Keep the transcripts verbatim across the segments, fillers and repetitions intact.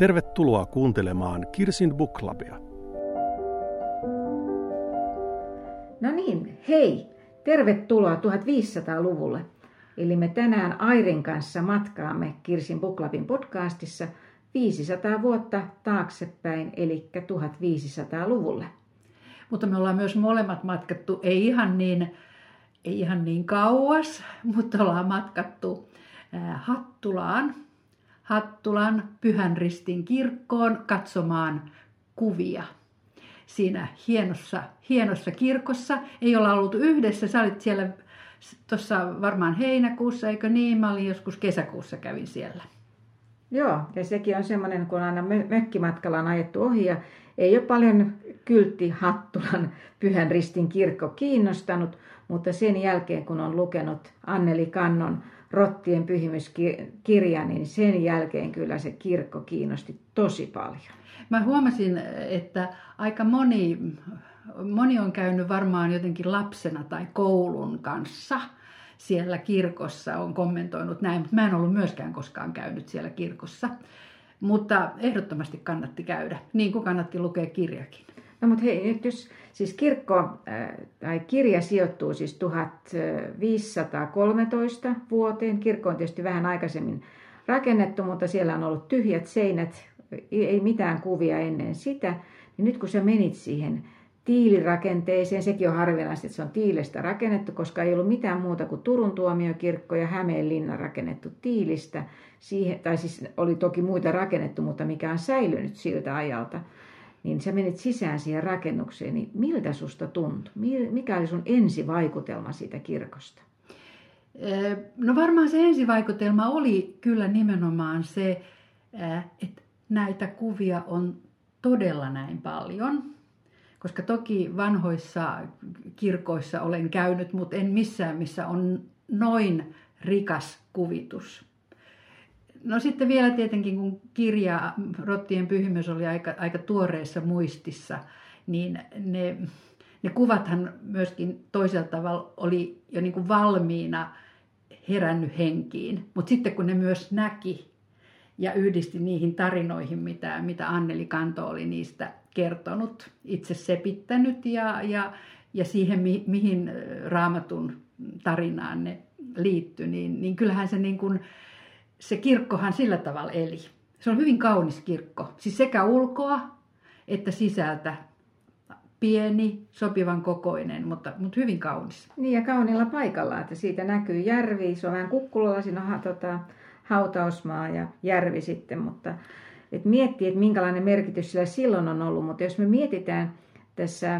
Tervetuloa kuuntelemaan Kirsin Book Clubia. No niin, hei! Tervetuloa viisitoistasataa-luvulle. Eli me tänään Airin kanssa matkaamme Kirsin Book Clubin podcastissa viisisataa vuotta taaksepäin, eli viisitoistasataa-luvulle. Mutta me ollaan myös molemmat matkattu, ei ihan niin, ei ihan niin kauas, mutta ollaan matkattu Hattulaan, Hattulan Pyhän Ristin kirkkoon katsomaan kuvia. Siinä hienossa, hienossa kirkossa. Ei olla ollut yhdessä, sä olit siellä tuossa varmaan heinäkuussa, eikö niin? Mä olin joskus kesäkuussa kävin siellä. Joo, ja sekin on semmoinen, kun aina mökkimatkalla on ajettu ohi ja ei ole paljon kyltti Hattulan Pyhän Ristin kirkko kiinnostanut, mutta sen jälkeen kun on lukenut Anneli Kannon Rottien pyhimyskirja, niin sen jälkeen kyllä se kirkko kiinnosti tosi paljon. Mä huomasin, että aika moni, moni on käynyt varmaan jotenkin lapsena tai koulun kanssa siellä kirkossa, on kommentoinut näin, mutta mä en ollut myöskään koskaan käynyt siellä kirkossa. Mutta ehdottomasti kannatti käydä, niin kuin kannatti lukea kirjakin. No mutta hei, nyt jos siis kirkko äh, tai kirja sijoittuu siis viisitoistakolmetoista vuoteen. Kirkko on tietysti vähän aikaisemmin rakennettu, mutta siellä on ollut tyhjät seinät, ei mitään kuvia ennen sitä. Niin nyt kun sä menit siihen tiilirakenteeseen, sekin on harvinaista, että se on tiilestä rakennettu, koska ei ollut mitään muuta kuin Turun tuomiokirkko ja Hämeenlinna rakennettu tiilistä. Siihen, tai siis oli toki muita rakennettu, mutta mikä on säilynyt siltä ajalta. Niin sä menit sisään siihen rakennukseen, niin miltä susta tuntui? Mikä oli sun ensivaikutelma siitä kirkosta? No varmaan se ensivaikutelma oli kyllä nimenomaan se, että näitä kuvia on todella näin paljon. Koska toki vanhoissa kirkoissa olen käynyt, mutta en missään, missä on noin rikas kuvitus. No sitten vielä tietenkin, kun kirja Rottien pyhimys oli aika, aika tuoreessa muistissa, niin ne, ne kuvathan myöskin toisella tavalla oli jo niin kuin valmiina herännyt henkiin. Mutta sitten kun ne myös näki ja yhdisti niihin tarinoihin, mitä, mitä Anneli Kanto oli niistä kertonut, itse sepittänyt ja, ja, ja siihen, mi, mihin Raamatun tarinaan ne liittyi, niin, niin kyllähän se, niin kuin, se kirkkohan sillä tavalla eli. Se on hyvin kaunis kirkko, siis sekä ulkoa että sisältä. Pieni, sopivan kokoinen, mutta, mutta hyvin kaunis. Niin ja kauniilla paikalla, että siitä näkyy järvi, se on vähän kukkulalla, siinä on tota, hautausmaa ja järvi sitten, mutta et miettii, että minkälainen merkitys sillä silloin on ollut, mutta jos me mietitään tässä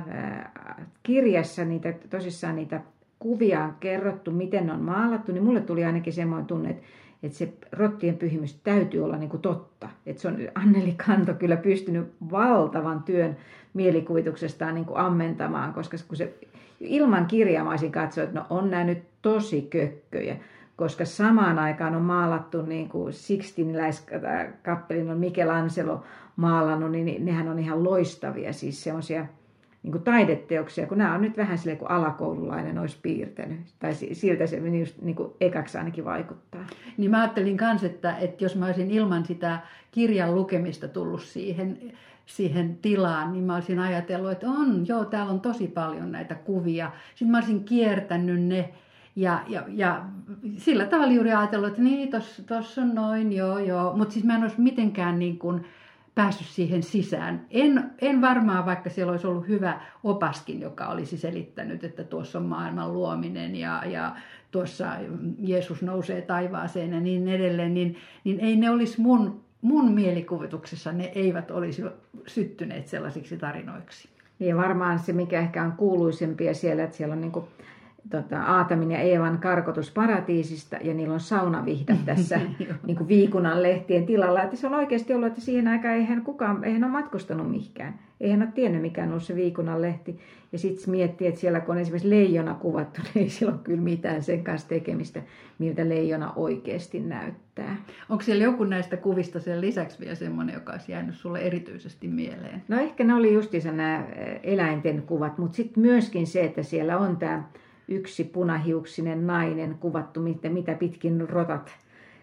kirjassa niitä, tosissaan niitä kuvia on kerrottu, miten ne on maalattu, niin mulle tuli ainakin semmoinen tunne, että, että se Rottien pyhimys täytyy olla niin kuin totta. Että se on Anneli Kanto kyllä pystynyt valtavan työn mielikuvituksestaan niin kuin ammentamaan, koska kun se ilman kirjaa mä olisin katsoa, että no on nämä nyt tosi kökköjä. Koska samaan aikaan on maalattu, niin kuin Sixtiniläiskappelin on Michelangelo maalannut, niin nehän on ihan loistavia, siis semmoisia niin kuin taideteoksia, kun nämä on nyt vähän silleen kuin alakoululainen olisi piirtänyt. Tai siltä se just, niin kuin ekaksi ainakin vaikuttaa. Niin mä ajattelin myös, että, että jos mä olisin ilman sitä kirjan lukemista tullut siihen, siihen tilaan, niin mä olisin ajatellut, että on, joo, täällä on tosi paljon näitä kuvia. Sitten mä olisin kiertänyt ne. Ja, ja, ja sillä tavalla juuri ajatellut, että niin, tuossa on noin, joo, joo. Mutta siis mä en olisi mitenkään niin kuin päässyt siihen sisään. En, en varmaan, vaikka siellä olisi ollut hyvä opaskin, joka olisi selittänyt, että tuossa on maailman luominen ja, ja tuossa Jeesus nousee taivaaseen ja niin edelleen, niin, niin ei ne olisi mun, mun mielikuvituksessa, ne eivät olisi syttyneet sellaisiksi tarinoiksi. Niin varmaan se, mikä ehkä on kuuluisempia siellä, että siellä on niin kuin Tota, Aatamin ja Eevan karkotus paratiisista ja niillä on saunavihdat tässä niin kuin viikunan lehtien tilalla. Että se on oikeasti ollut, että siihen aikaan eihän kukaan eihän ole matkustanut mihinkään. Eihän ole tiennyt, mikä on ollut se viikunan lehti. Ja sitten miettii, että siellä kun on esimerkiksi leijona kuvattu, niin ei sillä ole kyllä mitään sen kanssa tekemistä, miltä leijona oikeasti näyttää. Onko siellä joku näistä kuvista sen lisäksi vielä semmoinen, joka olisi jäänyt sulle erityisesti mieleen? No ehkä ne oli justiinsa nämä eläinten kuvat, mutta sitten myöskin se, että siellä on tämä yksi punahiuksinen nainen kuvattu, mitä pitkin rotat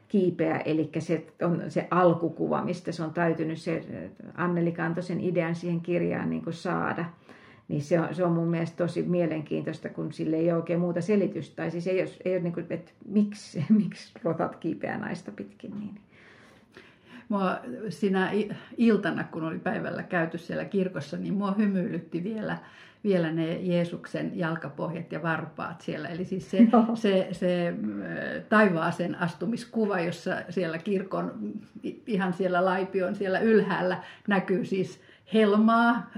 kiipeä, eli se on se alkukuva, mistä se on täytynyt se Anneli Kantosen idean siihen kirjaan niin kuin saada. Niin se on, se on mun mielestä tosi mielenkiintoista, kun sille ei ole oikein muuta selitystä. Tai siis ei ole, ei ole niin kuin, että miksi, miksi rotat kiipeää naista pitkin. Niin. Mua sinä iltana, kun oli päivällä käyty siellä kirkossa, niin mua hymyilytti vielä, vielä ne Jeesuksen jalkapohjat ja varpaat siellä. Eli siis se, se, se taivaaseen astumiskuva, jossa siellä kirkon, ihan siellä laipion siellä ylhäällä näkyy siis helmaa,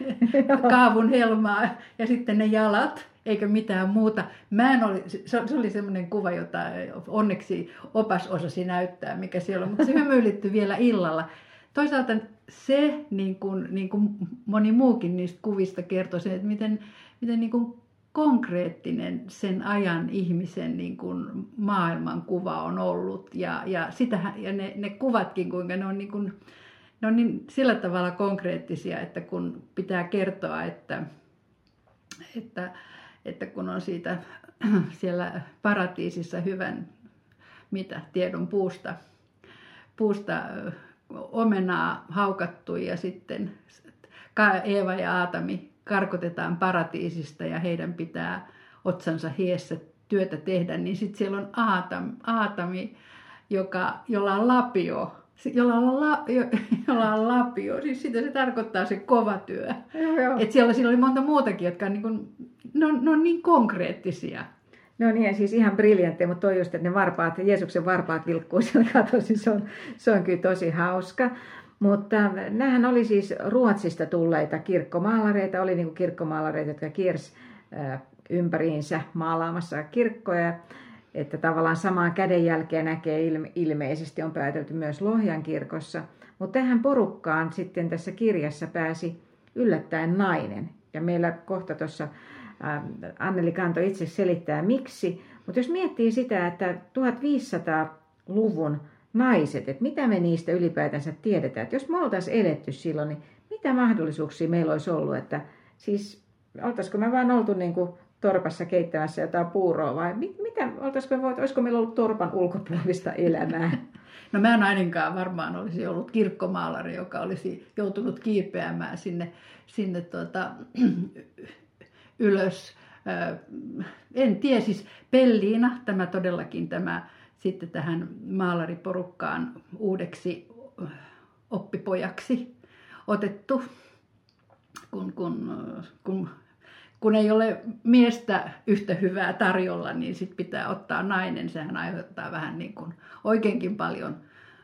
kaavun helmaa ja sitten ne jalat, eikä mitään muuta. Mä en oli, se oli semmoinen kuva, jota onneksi opas osasi näyttää, mikä siellä on, mutta se hymyilyttyi vielä illalla. Toisaalta se, niin kuin, niin kuin moni muukin niistä kuvista kertoi sen, että miten, miten niin kuin konkreettinen sen ajan ihmisen niin kuin maailmankuva on ollut. Ja, ja, sitähän, ja ne, ne kuvatkin, kuinka ne on, niin kuin, ne on niin sillä tavalla konkreettisia, että kun pitää kertoa, että, että, että kun on siitä siellä paratiisissa hyvän mitä, tiedon puusta, puusta omenaa haukattu ja sitten Eeva ja Aatami karkotetaan paratiisista ja heidän pitää otsansa hiessä työtä tehdä, niin sitten siellä on Aatam, Aatami, joka, jolla on lapio, jolla on, la, jolla on lapio, siis sitä se tarkoittaa se kova työ. Joo, joo. Et siellä, siellä oli monta muutakin, jotka on niin kuin, ne, on, ne on niin konkreettisia. No niin, siis ihan briljantteja, mutta toi just, että ne varpaat, Jeesuksen varpaat vilkkuu siellä katossa, se on, se on kyllä tosi hauska. Mutta nämähän oli siis Ruotsista tulleita kirkkomaalareita, oli niin kuin kirkkomaalareita, jotka kiersi ympäriinsä maalaamassa kirkkoja. Että tavallaan samaan kädenjälkeen näkee ilme- ilmeisesti on päätelty myös Lohjan kirkossa. Mutta tähän porukkaan sitten tässä kirjassa pääsi yllättäen nainen. Ja meillä kohta tuossa Anneli Kanto itse selittää miksi. Mutta jos miettii sitä, että tuhatviisisataaluvun naiset, että mitä me niistä ylipäätänsä tiedetään. Että jos me oltaisiin eletty silloin, niin mitä mahdollisuuksia meillä olisi ollut? Että siis oltaisiko me vaan oltu niin kuin torpassa keittämässä jotain puuroa vai mit, mitä, oltaisiko me voit, olisiko meillä ollut torpan ulkopuolista elämää? No mä en ainakaan varmaan olisi ollut kirkkomaalari, joka olisi joutunut kiipeämään sinne, sinne tuota, ylös. En tiedä, siis Pelliina, tämä todellakin tämä sitten tähän maalariporukkaan uudeksi oppipojaksi otettu, kun, kun, kun, kun ei ole miestä yhtä hyvää tarjolla, niin sitten pitää ottaa nainen. Sehän aiheuttaa vähän niin kuin oikeinkin paljon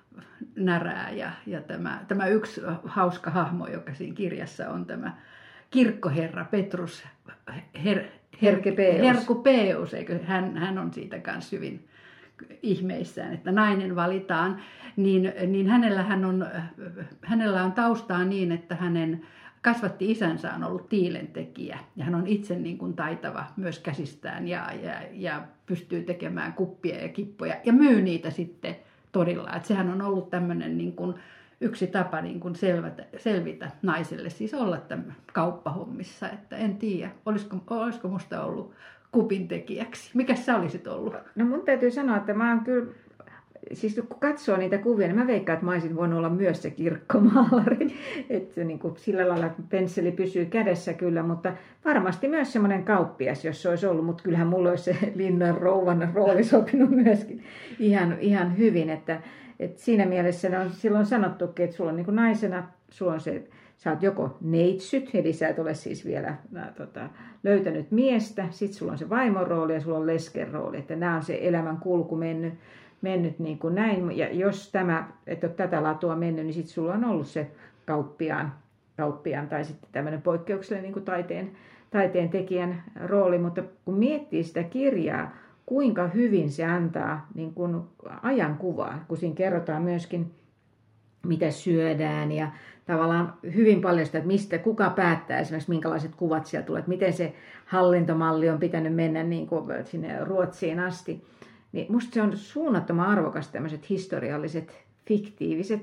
närää. Ja, ja tämä, tämä yksi hauska hahmo, joka siinä kirjassa on tämä kirkkoherra Petrus Her, Herkupeus. Herkupeus, eikö? Hän, hän on siitä kanssa hyvin ihmeissään, että nainen valitaan, niin, niin hänellä, hän on, hänellä on taustaa niin, että hänen kasvatti isänsä on ollut tiilentekijä ja hän on itse niin kuin taitava myös käsistään ja, ja, ja pystyy tekemään kuppia ja kippoja ja myy niitä sitten torilla. Että sehän on ollut tämmöinen niin kuin yksi tapa niin kuin selvätä, selvitä naiselle, siis olla tämän kauppahommissa, että en tiedä, olisiko, olisiko musta ollut kupintekijäksi. Mikäs sä olisit ollut? No mun täytyy sanoa, että mä oon kyllä, siis kun katsoo niitä kuvia, niin mä veikkaan, että mä olisin voinut olla myös se kirkkomaalari. Että niin kuin sillä lailla pensseli pysyy kädessä kyllä, mutta varmasti myös semmoinen kauppias, jos se olisi ollut. Mutta kyllähän mulla olisi se linnan rouvan rooli sopinut myöskin ihan, ihan hyvin. Että, että siinä mielessä ne on silloin sanottukin, että sulla on niin kuin naisena, sulla on se, sä oot joko neitsyt, eli sä et ole siis vielä nää, tota, löytänyt miestä, sitten sulla on se vaimon rooli ja sulla on lesken rooli, että nämä on se elämän kulku mennyt, mennyt niin kuin näin. Ja jos tämä, et ole tätä latua mennyt, niin sitten sulla on ollut se kauppiaan, kauppiaan tai sitten tämmöinen poikkeuksellinen niin kuin taiteen, taiteen tekijän rooli, mutta kun miettii sitä kirjaa, kuinka hyvin se antaa niin kuin ajankuvaa, kun siinä kerrotaan myöskin, mitä syödään ja tavallaan hyvin paljon sitä, että mistä, kuka päättää esimerkiksi, minkälaiset kuvat sieltä tulee, että miten se hallintomalli on pitänyt mennä niin kuin sinne Ruotsiin asti. Niin musta se on suunnattoman arvokas tämmöiset historialliset, fiktiiviset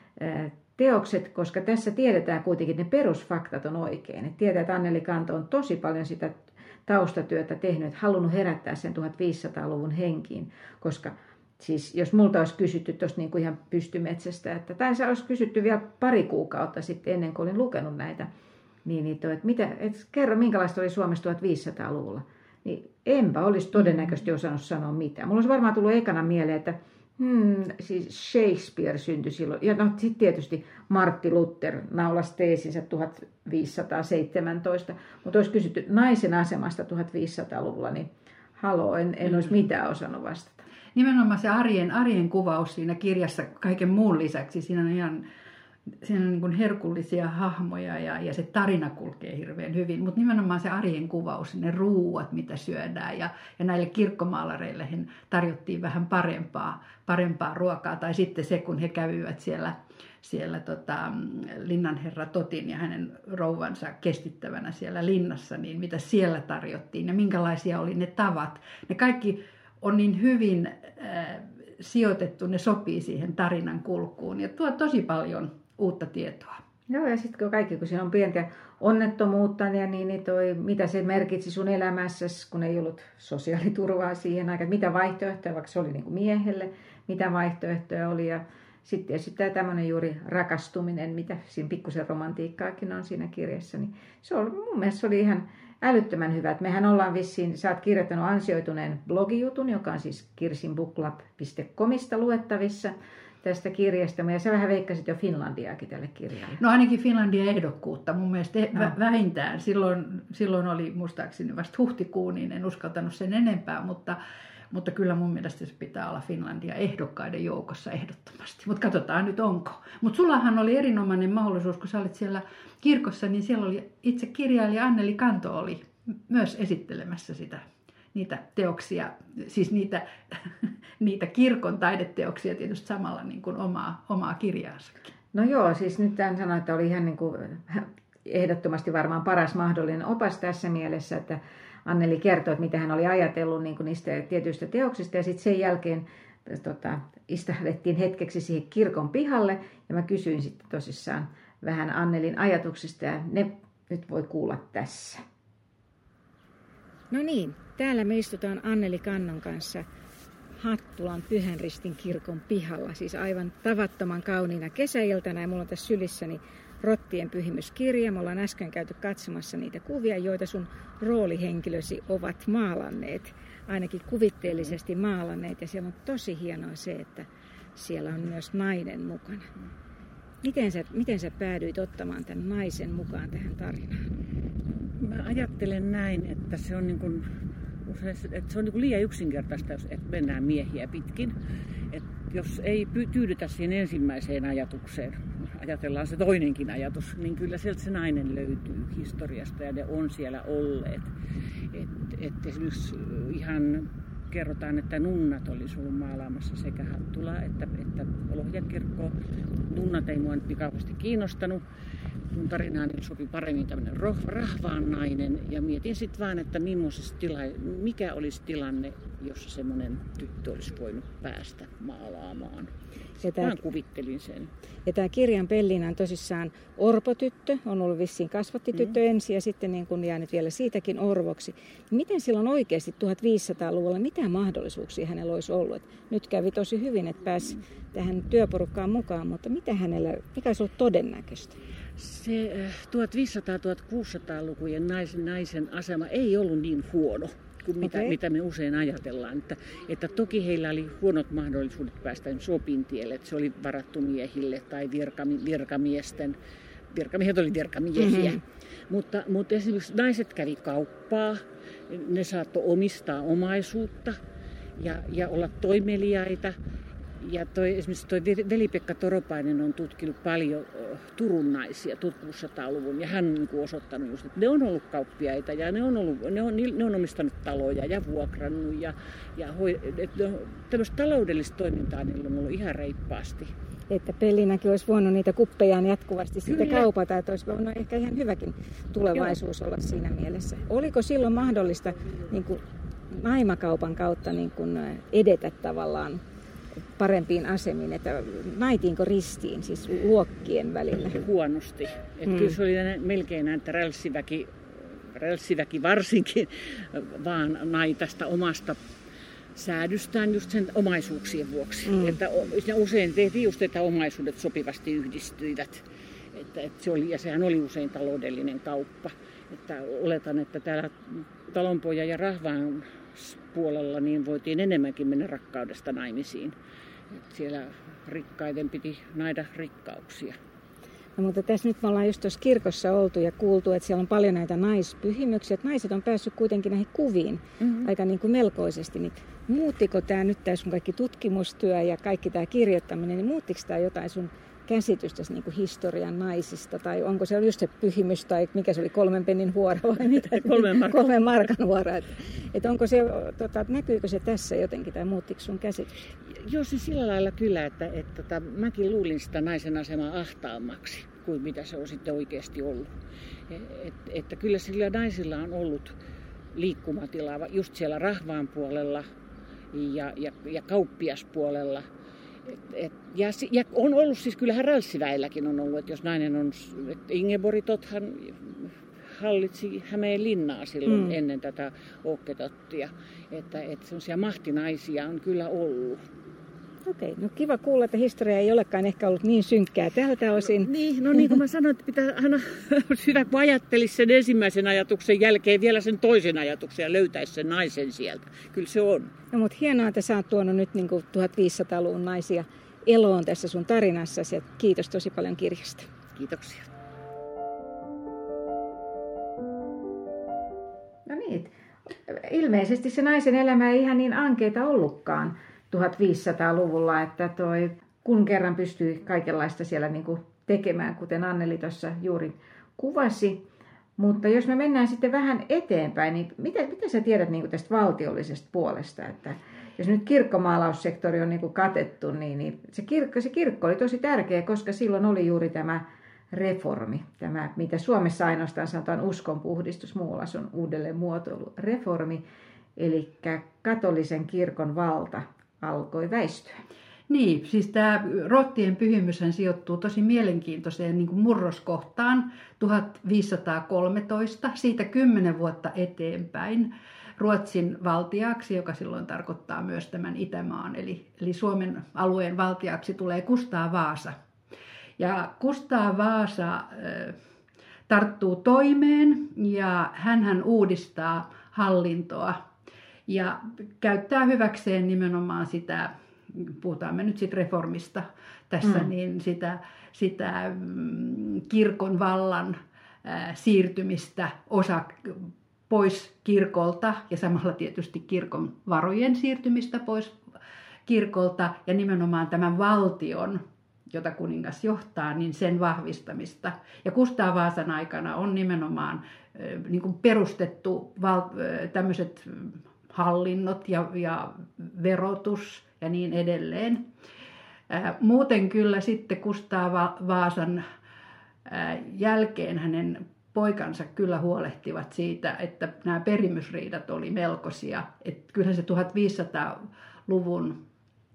teokset, koska tässä tiedetään kuitenkin, että ne perusfaktat on oikein. Et tiedetään, että Anneli Kanto on tosi paljon sitä taustatyötä tehnyt, halunnut herättää sen tuhatviisisataaluvun henkiin, koska siis jos multa olisi kysytty tuosta niin kuin ihan pystymetsästä, että, tai se olisi kysytty vielä pari kuukautta sitten ennen kuin olin lukenut näitä, niin, niin toi, että mitä, et kerro minkälaista oli Suomessa tuhatviisisataaluvulla, niin enpä olisi todennäköisesti osannut sanoa mitään. Mulla olisi varmaan tullut ekana mieleen, että hmm, siis Shakespeare syntyi silloin, ja no sitten tietysti Martti Luther naulasi teesinsä tuhatviisisataaseitsemäntoista, mutta olisi kysytty naisen asemasta tuhatviisisataaluvulla, niin haloo, en, en olisi mitään osannut vastata. Nimenomaan se arjen, arjen kuvaus siinä kirjassa kaiken muun lisäksi, siinä on ihan siinä on niin kuin herkullisia hahmoja ja, ja se tarina kulkee hirveän hyvin, mutta nimenomaan se arjen kuvaus, ne ruuat, mitä syödään ja, ja näille kirkkomaalareille he tarjottiin vähän parempaa, parempaa ruokaa, tai sitten se, kun he kävivät siellä, siellä tota, linnanherra Totin ja hänen rouvansa kestittävänä siellä linnassa, niin mitä siellä tarjottiin ja minkälaisia oli ne tavat. Ne kaikki on niin hyvin äh, sijoitettu, ne sopii siihen tarinan kulkuun ja tuo tosi paljon uutta tietoa. Joo, ja sitten kun kaikki, kun siinä on pientä onnettomuutta, ja niin, niin toi, mitä se merkitsi sun elämässäsi, kun ei ollut sosiaaliturvaa siihen aikaan, mitä vaihtoehtoja, vaikka se oli niin kuin miehelle, mitä vaihtoehtoja oli, ja sitten tietysti tämä tämmöinen juuri rakastuminen, mitä siinä pikkusen romantiikkaakin on siinä kirjassa, niin se oli, mun mielestä se oli ihan älyttömän hyvä. Että mehän ollaan vissiin, sä oot kirjoittanut ansioituneen blogijutun, joka on siis kirsin booklab piste comista luettavissa tästä kirjasta. Ja sä vähän veikkasit jo Finlandiaakin tälle kirjalle. No ainakin Finlandia ehdokkuutta mun mielestä no. vähintään. Silloin, silloin oli muistaakseni vasta huhtikuun, niin en uskaltanut sen enempää, mutta, mutta kyllä mun mielestä se pitää olla Finlandia ehdokkaiden joukossa ehdottomasti. Mutta katsotaan nyt onko. Mutta sullahan oli erinomainen mahdollisuus, kun sä olit siellä kirkossa, niin siellä oli itse kirjailija Anneli Kanto oli myös esittelemässä sitä. Niitä teoksia, siis niitä, niitä kirkon taideteoksia tietysti samalla niin kuin omaa, omaa kirjaansakin. No joo, siis nyt tämän sanoin, että oli ihan niin kuin, ehdottomasti varmaan paras mahdollinen opas tässä mielessä, että Anneli kertoi, että mitä hän oli ajatellut niin kuin niistä tietyistä teoksista ja sitten sen jälkeen tota, istahdettiin hetkeksi siihen kirkon pihalle ja mä kysyin sitten tosissaan vähän Annelin ajatuksista ja ne nyt voi kuulla tässä. No niin, täällä me istutaan Anneli Kannon kanssa Hattulan Pyhän Ristin kirkon pihalla. Siis aivan tavattoman kauniina kesäiltana ja mulla on tässä sylissäni Rottien pyhimyskirja. Me ollaan äsken käyty katsomassa niitä kuvia, joita sun roolihenkilösi ovat maalanneet. Ainakin kuvitteellisesti maalanneet ja siellä on tosi hienoa se, että siellä on myös nainen mukana. Miten sä, miten sä päädyit ottamaan tämän naisen mukaan tähän tarinaan? Mä ajattelen näin, että se on, niin kuin, että se on niin kuin liian yksinkertaista, että mennään miehiä pitkin. Että jos ei tyydytä siihen ensimmäiseen ajatukseen, ajatellaan se toinenkin ajatus, niin kyllä sieltä se nainen löytyy historiasta ja ne on siellä olleet. Että et esimerkiksi ihan kerrotaan, että nunnat olisi ollut maalaamassa sekä Hattulaa että, että Lohjan kirkkoa. Nunnat ei mua nyt niin kauheasti kiinnostanut. Mun tarinaan sopi paremmin tämmöinen rahvaan nainen. Ja mietin sitten vaan, että tila, mikä olisi tilanne, jossa semmoinen tyttö olisi voinut päästä maalaamaan. Mä kuvittelin sen. Ja tämä kirjan Pelliina on tosissaan orpotyttö, on ollut vissiin kasvattityttö mm. ensin ja sitten niin kun jäänyt vielä siitäkin orvoksi. Miten silloin oikeasti tuhatviisisataaluvulla, mitä mahdollisuuksia hänellä olisi ollut? Et nyt kävi tosi hyvin, että pääsi tähän työporukkaan mukaan, mutta mitä hänellä, mikä olisi ollut todennäköistä? Se tuhatviisisataa-tuhatkuusisataalukujen naisen, naisen asema ei ollut niin huono kuin mitä, okay. mitä me usein ajatellaan. Että, että toki heillä oli huonot mahdollisuudet päästä sopintielle, että se oli varattu miehille tai virkami, virkamiesten. Virkamiehet oli virkamiehiä. Mm-hmm. Mutta, mutta esimerkiksi naiset kävi kauppaa, ne saattoi omistaa omaisuutta ja, ja olla toimeliaita. Ja toi, esimerkiksi toi Veli-Pekka Toropainen on tutkinut paljon Turun naisia tuhatkuusisataaluvun ja hän on niin kuin osoittanut just, että ne on ollut kauppiaita ja ne on, ollut, ne on, ne on omistanut taloja ja vuokrannut ja, ja tämmöistä taloudellista toimintaa niillä on ollut ihan reippaasti. Että Pellinäkin olisi voinut niitä kuppejaan jatkuvasti Kyllä. sitten kaupata, että olisi voinut ehkä ihan hyväkin tulevaisuus Joo. olla siinä mielessä. Oliko silloin mahdollista niin kuin naimakaupan kautta niin kuin edetä tavallaan parempiin asemiin, että naitiinko ristiin, siis luokkien välillä? Huonosti. Että hmm. Kyllä se oli melkein näin, että rälssiväki, rälssiväki varsinkin vaan naitasta omasta säädystään just sen omaisuuksien vuoksi. Mm. Että usein tehtiin just, että omaisuudet sopivasti yhdistyivät. Että, että se oli, ja sehän oli usein taloudellinen kauppa. Että oletan, että täällä talonpojan ja rahvaan puolella niin voitiin enemmänkin mennä rakkaudesta naimisiin. Että siellä rikkaiden piti naida rikkauksia. No, mutta tässä nyt me ollaan just tuossa kirkossa oltu ja kuultu, että siellä on paljon näitä naispyhimyksiä. Naiset on päässyt kuitenkin näihin kuviin mm-hmm. aika niin kuin melkoisesti. Niin muuttiko tämä nyt tämä sun kaikki tutkimustyö ja kaikki tämä kirjoittaminen, niin muuttiko tämä jotain sun käsitystä niin kuin historian naisista? Tai onko se just se pyhimys tai mikä se oli, kolmen pennin huora vai mitä? Kolmen markan, kolmen markan huora. Että, että onko se, tota, näkyykö se tässä jotenkin tai muuttiko sun käsitystä? Joo, siis sillä lailla kyllä, että, että, että mäkin luulin sitä naisen asemaa ahtaammaksi kuin mitä se on sitten oikeasti ollut. Et, että kyllä sillä naisilla on ollut liikkumatilaa just siellä rahvaan puolella ja, ja, ja kauppiaspuolella. Et, et, ja, ja on ollut siis kyllähän rälssiväilläkin on ollut, että jos nainen on, että Ingeborgitothan hallitsi Hämeenlinnaa silloin mm. ennen tätä Åketottia, että, että sellaisia mahtinaisia on kyllä ollut. Okei, no kiva kuulla, että historia ei olekaan ehkä ollut niin synkkää tältä osin. Niin, no niin kuin mä sanoin, että pitää aina hyvä, kun ajattelisi sen ensimmäisen ajatuksen jälkeen vielä sen toisen ajatuksen ja löytäisi sen naisen sieltä. Kyllä se on. No mutta hienoa, että sä oot tuonut nyt niin kuin tuhatviisisataaluvun naisia eloon tässä sun tarinassasi. Kiitos tosi paljon kirjasta. Kiitoksia. No niin, ilmeisesti se naisen elämä ei ihan niin ankeita ollutkaan tuhatviisisataaluvulla, että toi, kun kerran pystyi kaikenlaista siellä niin kuin tekemään, kuten Anneli tuossa juuri kuvasi. Mutta jos me mennään sitten vähän eteenpäin, niin mitä, mitä sä tiedät niin kuin tästä valtiollisesta puolesta? Että jos nyt kirkkomaalaussektori on niin kuin katettu, niin, niin se, kirkko, se kirkko oli tosi tärkeä, koska silloin oli juuri tämä reformi, tämä, mitä Suomessa ainoastaan sanotaan uskonpuhdistus, muualla se on uudelleen muotoilu, reformi, eli katolisen kirkon valta alkoi väistyä. Niin, siis tämä Rottien pyhimyshän sijoittuu tosi mielenkiintoiseen niin kuin murroskohtaan tuhatviisisataakolmetoista, siitä kymmenen vuotta eteenpäin Ruotsin valtiaksi, joka silloin tarkoittaa myös tämän Itämaan, eli, eli Suomen alueen valtiaksi tulee Kustaa Vaasa. Ja Kustaa Vaasa äh, tarttuu toimeen ja hänhän uudistaa hallintoa ja käyttää hyväkseen nimenomaan sitä, puhutaan me nyt sitten reformista tässä, mm. niin sitä, sitä mm, kirkon vallan äh, siirtymistä osa pois kirkolta ja samalla tietysti kirkon varojen siirtymistä pois kirkolta ja nimenomaan tämän valtion, jota kuningas johtaa, niin sen vahvistamista. Ja Kustaa Vaasan aikana on nimenomaan äh, niin kuin perustettu val, äh, tämmöiset hallinnot ja, ja verotus ja niin edelleen. Muuten kyllä sitten Kustaa Vaasan jälkeen hänen poikansa kyllä huolehtivat siitä, että nämä perimysriidat oli melkoisia. Että kyllähän se tuhatviisisataaluvun,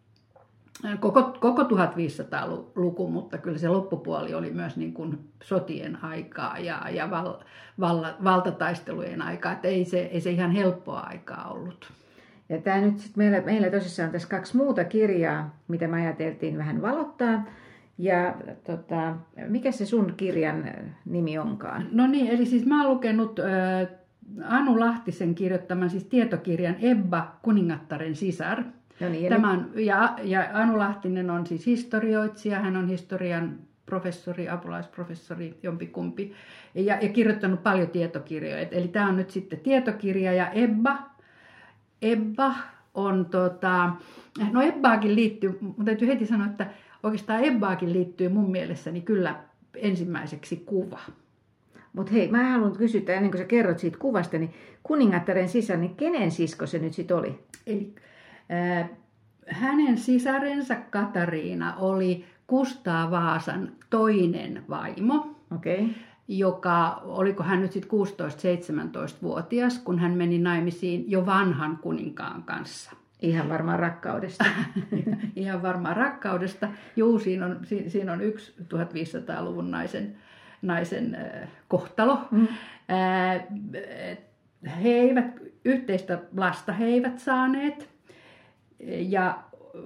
koko, koko tuhatviisisataaluku, mutta kyllä se loppupuoli oli myös niin kuin sotien aikaa ja, ja val, val, valtataistelujen aikaa. Että ei se, ei se ihan helppoa aikaa ollut. Ja tämä nyt sit meillä, meillä tosissaan on tässä kaksi muuta kirjaa, mitä me ajateltiin vähän valottaa. Ja tota, mikä se sun kirjan nimi onkaan? No niin, eli siis mä oon lukenut äh, Anu Lahtisen kirjoittaman siis tietokirjan Ebba, kuningattaren sisar. No niin, Tämä on, ja, ja Anu Lahtinen on siis historioitsija, hän on historian professori, apulaisprofessori, jompikumpi, ja, ja kirjoittanut paljon tietokirjoja. Eli tämä on nyt sitten tietokirja ja Ebba. Ebba on, tota, no Ebbaakin liittyy, mutta täytyy heti sanoa, että oikeastaan Ebbaakin liittyy mun mielessäni kyllä ensimmäiseksi kuva. Mutta hei, mä haluan kysyä, ennen kuin sä kerrot siitä kuvasta, niin kuningattaren sisar, niin kenen sisko se nyt sitten oli? Eli äh, hänen sisarensa Katariina oli Kustaa Vaasan toinen vaimo. Okei. Okay. Joka, oliko hän nyt sitten kuusitoista-seitsemäntoista-vuotias, kun hän meni naimisiin jo vanhan kuninkaan kanssa. Ihan varmaan rakkaudesta. Ihan varmaan rakkaudesta. Juu, siinä on, siinä on yksi tuhatviisisataaluvun naisen, naisen äh, kohtalo. Mm. Äh, he eivät, yhteistä lasta he eivät saaneet. Ja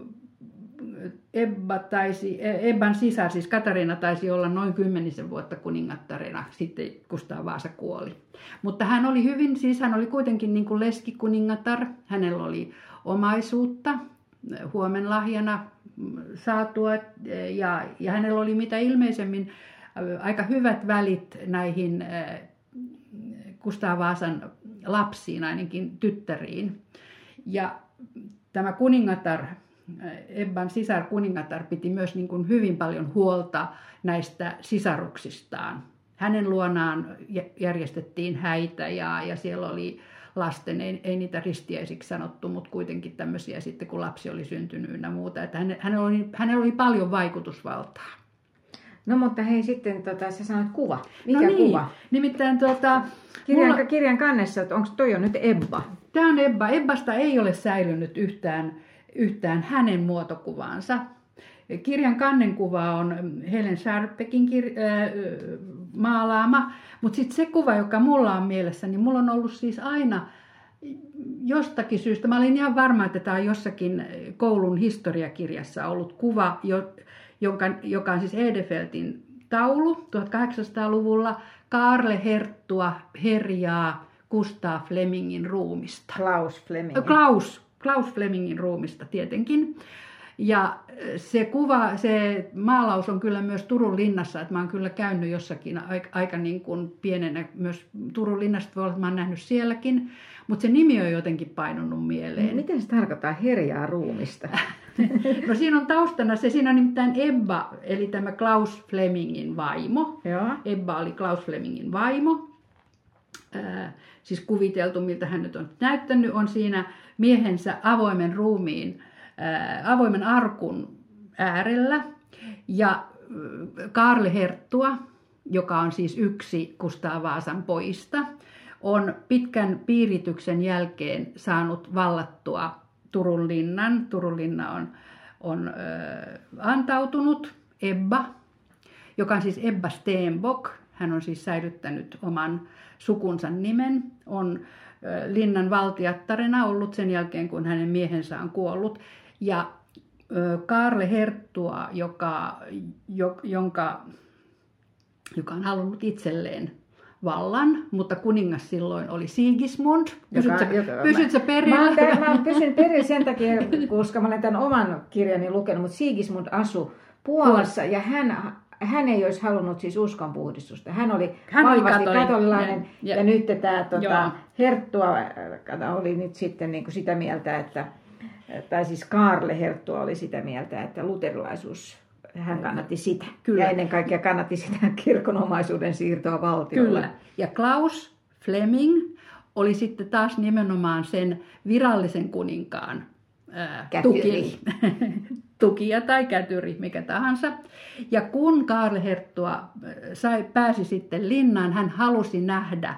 Ebba taisi, Ebban sisar, siis Katariina, taisi olla noin kymmenisen vuotta kuningattarena, sitten Kustaa Vaasa kuoli. Mutta hän oli hyvin, siis hän oli kuitenkin niin kuin leskikuningatar, hänellä oli omaisuutta huomenlahjana saatua, ja, ja hänellä oli mitä ilmeisemmin aika hyvät välit näihin Kustaa Vaasan lapsiin, ainakin tyttäriin. Ja tämä kuningatar, Ebban sisar kuningatar, piti myös niin kuin hyvin paljon huolta näistä sisaruksistaan. Hänen luonaan järjestettiin häitä ja, ja siellä oli lasten, ei, ei niitä ristiäisiksi sanottu, mutta kuitenkin tämmöisiä sitten, kun lapsi oli syntynyt ynnä muuta. Että hänellä, oli, hänellä oli paljon vaikutusvaltaa. No mutta hei sitten, tota, sä sanoit kuva. Mikä no niin, kuva? Nimittäin tuota, kirjan, mulla... kirjan kannessa, onko toi on nyt Ebba? Tämä on Ebba. Ebbasta ei ole säilynyt yhtään, yhtään hänen muotokuvaansa. Kirjan kannen kuva on Helen Sharpeckin kir- äh, maalaama, mutta sitten se kuva, joka mulla on mielessä, niin mulla on ollut siis aina jostakin syystä, mä olin ihan varma, että tämä on jossakin koulun historiakirjassa ollut kuva, jo, joka, joka on siis Edefeltin taulu tuhatkahdeksansataaluvulla, Kaarle Herttua herjaa Gustav Flemingin ruumista. Klaus Fleming. Klaus, Klaus Flemingin ruumista tietenkin. Ja se kuva, se maalaus on kyllä myös Turun linnassa, että mä oon kyllä käynyt jossakin aika, aika niin kuin pienenä myös Turun linnassa, voi olla, että mä oon nähnyt sielläkin, mutta se nimi on jotenkin painunut mieleen. Miten se tarkoittaa herjaa ruumista? No siinä on taustana se, siinä on nimittäin Ebba, eli tämä Klaus Flemingin vaimo. Joo. Ebba oli Klaus Flemingin vaimo. Äh, siis kuviteltu, miltä hän nyt on näyttänyt, on siinä miehensä avoimen ruumiin, avoimen arkun äärellä, ja Kaarle Herttua, joka on siis yksi Kustaa Vaasan pojista, on pitkän piirityksen jälkeen saanut vallattua Turun linnan. Turun linna on, on ö, antautunut. Ebba, joka on siis Ebba Stenbock, hän on siis säilyttänyt oman sukunsa nimen, on ö, linnan valtiattarena ollut sen jälkeen, kun hänen miehensä on kuollut. Ja Kaarle Herttua, joka, jo, jonka, joka on halunnut itselleen vallan, mutta kuningas silloin oli Sigismund. Pysytkö, pysytkö perillä? Mä, tämän, mä pysyn perillä sen takia, koska mä olen tämän oman kirjani lukenut, mutta Sigismund asui Puolassa ja hän, hän ei olisi halunnut siis uskonpuhdistusta. Hän oli hän vahvasti oli katolilainen ja, ja, ja nyt tämä tota, Herttua oli nyt sitten niin kuin sitä mieltä, että tai siis Kaarle Herttua oli sitä mieltä, että luterilaisuus, hän kannatti sitä. Kyllä. Ja ennen kaikkea kannatti sitä kirkon omaisuuden siirtoa valtiolle. Kyllä. Ja Klaus Fleming oli sitten taas nimenomaan sen virallisen kuninkaan ää, tuki, tukija tai kätyri, mikä tahansa. Ja kun Kaarle Herttua sai, pääsi sitten linnaan, hän halusi nähdä.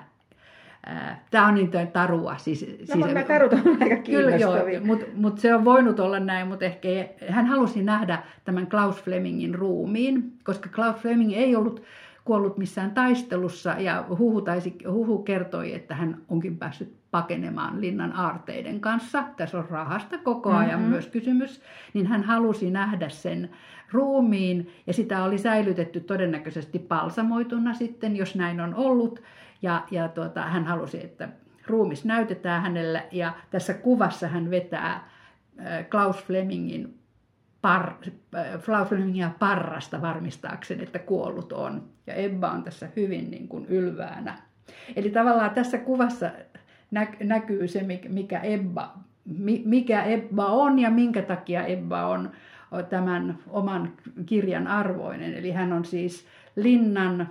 Tämä on niin tarua. Siis, no, siis, mutta tarut on aika kiinnostavia. Mutta mut se on voinut olla näin, mutta ehkä ei, hän halusi nähdä tämän Klaus Flemingin ruumiin, koska Klaus Fleming ei ollut kuollut missään taistelussa ja huhu, taisi, huhu kertoi, että hän onkin päässyt pakenemaan linnan aarteiden kanssa. Tässä on rahasta koko ajan mm-hmm. myös kysymys. Niin hän halusi nähdä sen ruumiin ja sitä oli säilytetty todennäköisesti palsamoituna sitten, jos näin on ollut. Ja, ja tuota, hän halusi, että ruumis näytetään hänelle ja tässä kuvassa hän vetää Klaus Flemingin par, Klaus Flemingia parrasta varmistaakseen, että kuollut on. Ja Ebba on tässä hyvin niin kuin ylväänä. Eli tavallaan tässä kuvassa näkyy se, mikä Ebba, mikä Ebba on ja minkä takia Ebba on tämän oman kirjan arvoinen. Eli hän on siis linnan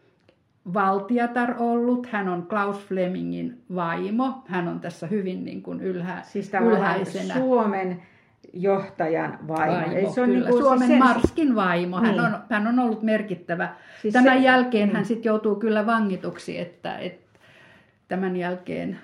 valtiatar ollut, hän on Klaus Flemingin vaimo, hän on tässä hyvin niin kuin ylhä, siis ylhäisenä. Suomen johtajan vaimo. vaimo se on kyllä, niin kuin Suomen siis marskin vaimo, hän, niin. on, hän on ollut merkittävä. Siis tämän se, jälkeen niin. hän sitten joutuu kyllä vangituksi, että, että tämän jälkeen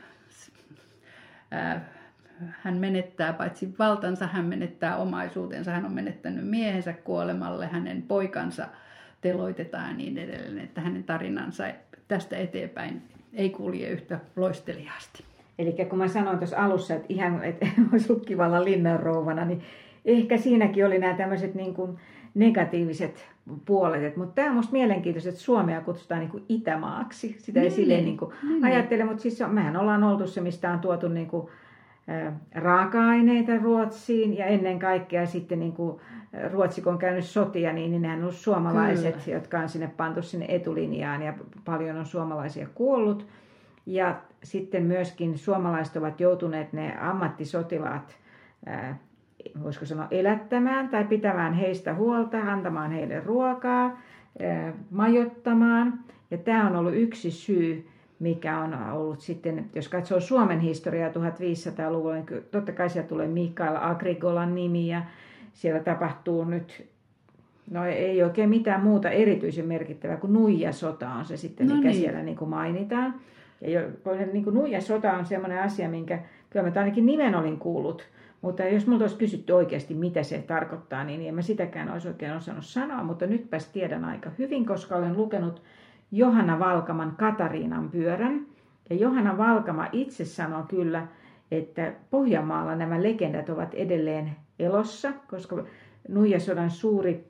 ää, hän menettää paitsi valtansa, hän menettää omaisuutensa, hän on menettänyt miehensä kuolemalle, hänen poikansa teloitetaan ja niin edelleen, että hänen tarinansa tästä eteenpäin ei kulje yhtä loisteliaasti. Eli kun mä sanoin tuossa alussa, että ihan että olisi ollut kivalla linnanrouvana, niin ehkä siinäkin oli nämä tämmöiset niin kuin negatiiviset puolet. Mutta tämä on musta mielenkiintoista, että Suomea kutsutaan niin kuin Itämaaksi. Sitä ei niin, silleen niin kuin niin, ajattele, mutta siis on, mehän ollaan oltu se, mistä on tuotu niin kuin, ä, raaka-aineita Ruotsiin ja ennen kaikkea sitten niin kuin Ruotsi, kun on käynyt sotia, niin, niin nehän on ollut suomalaiset, Kyllä. jotka on sinne pantu sinne etulinjaan ja paljon on suomalaisia kuollut. Ja sitten myöskin suomalaiset ovat joutuneet ne ammattisotilaat, ää, voisiko sanoa elättämään tai pitämään heistä huolta, antamaan heille ruokaa, ää, majoittamaan. Ja tämä on ollut yksi syy, mikä on ollut sitten, jos katsoo Suomen historiaa tuhatviisisataaluvulla, niin totta kai siellä tulee Mikael Agricolan nimi ja siellä tapahtuu nyt, no ei oikein mitään muuta erityisen merkittävää kuin nuijasota on se sitten, no mikä niin. siellä niin kuin mainitaan. Ja jo, niin kuin nuijasota on semmoinen asia, minkä kyllä mä ainakin nimen olin kuullut, mutta jos multa olisi kysytty oikeasti, mitä se tarkoittaa, niin en mä sitäkään olisi oikein osannut sanoa, mutta nytpäs tiedän aika hyvin, koska olen lukenut Johanna Valkaman Katariinan pyörän. Ja Johanna Valkama itse sanoo kyllä, että Pohjanmaalla nämä legendat ovat edelleen elossa, koska nuijasodan suuri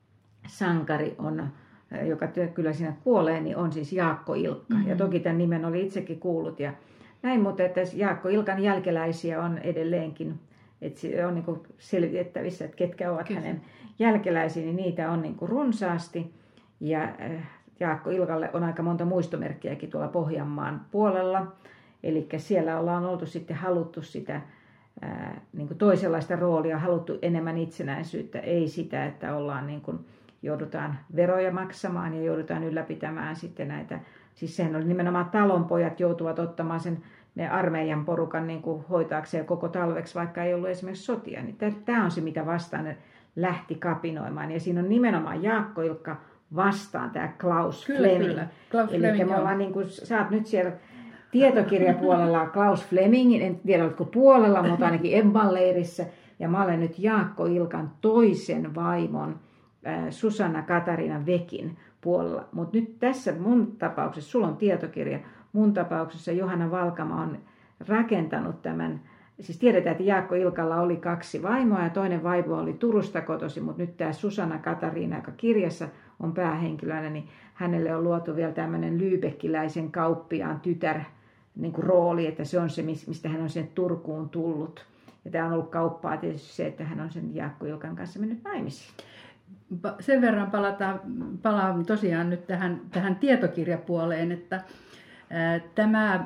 sankari on, joka kyllä siinä kuolee, niin on siis Jaakko Ilkka. Mm-hmm. Ja toki tämän nimen oli itsekin kuullut. Ja näin, mutta että Jaakko Ilkan jälkeläisiä on edelleenkin, että se on niin kuin selvitettävissä, että ketkä ovat Kyllä. hänen jälkeläisiä, niin niitä on niin kuin runsaasti. Ja Jaakko Ilkalle on aika monta muistomerkkiäkin tuolla Pohjanmaan puolella. Eli siellä ollaan oltu sitten haluttu sitä ää, niin kuin toisenlaista roolia, haluttu enemmän itsenäisyyttä, ei sitä, että ollaan niin kuin, joudutaan veroja maksamaan ja joudutaan ylläpitämään sitten näitä. Siis sehän oli nimenomaan talonpojat joutuvat ottamaan sen ne armeijan porukan niin kuin hoitaakseen koko talveksi, vaikka ei ollut esimerkiksi sotia. Niin tämä on se, mitä vastaan ne lähti kapinoimaan. Ja siinä on nimenomaan Jaakko Ilkka vastaan tämä Klaus kyllä, Fleming. Kyllä. Klaus Eli Fleming, me ollaan niin kuin, sä oot nyt siellä tietokirjapuolella Klaus Flemingin, en tiedä oletko puolella, mutta ainakin Ebban leirissä. Ja mä olen nyt Jaakko Ilkan toisen vaimon, äh, Susanna Katariina Vekin puolella. Mutta nyt tässä mun tapauksessa, sulla on tietokirja, mun tapauksessa Johanna Valkama on rakentanut tämän. Siis tiedetään, että Jaakko Ilkalla oli kaksi vaimoa ja toinen vaimo oli Turusta kotosi, mutta nyt tämä Susanna Katariina, joka kirjassa on päähenkilönä, niin hänelle on luotu vielä tämmöinen lyybekiläisen kauppiaan tytär niin kuin rooli, että se on se, mistä hän on sinne Turkuun tullut. Ja tämä on ollut kauppaa tietysti se, että hän on sen Jaakko Ilkan kanssa mennyt naimisiin. Sen verran palataan, palaan tosiaan nyt tähän, tähän tietokirjapuoleen, että ää, tämä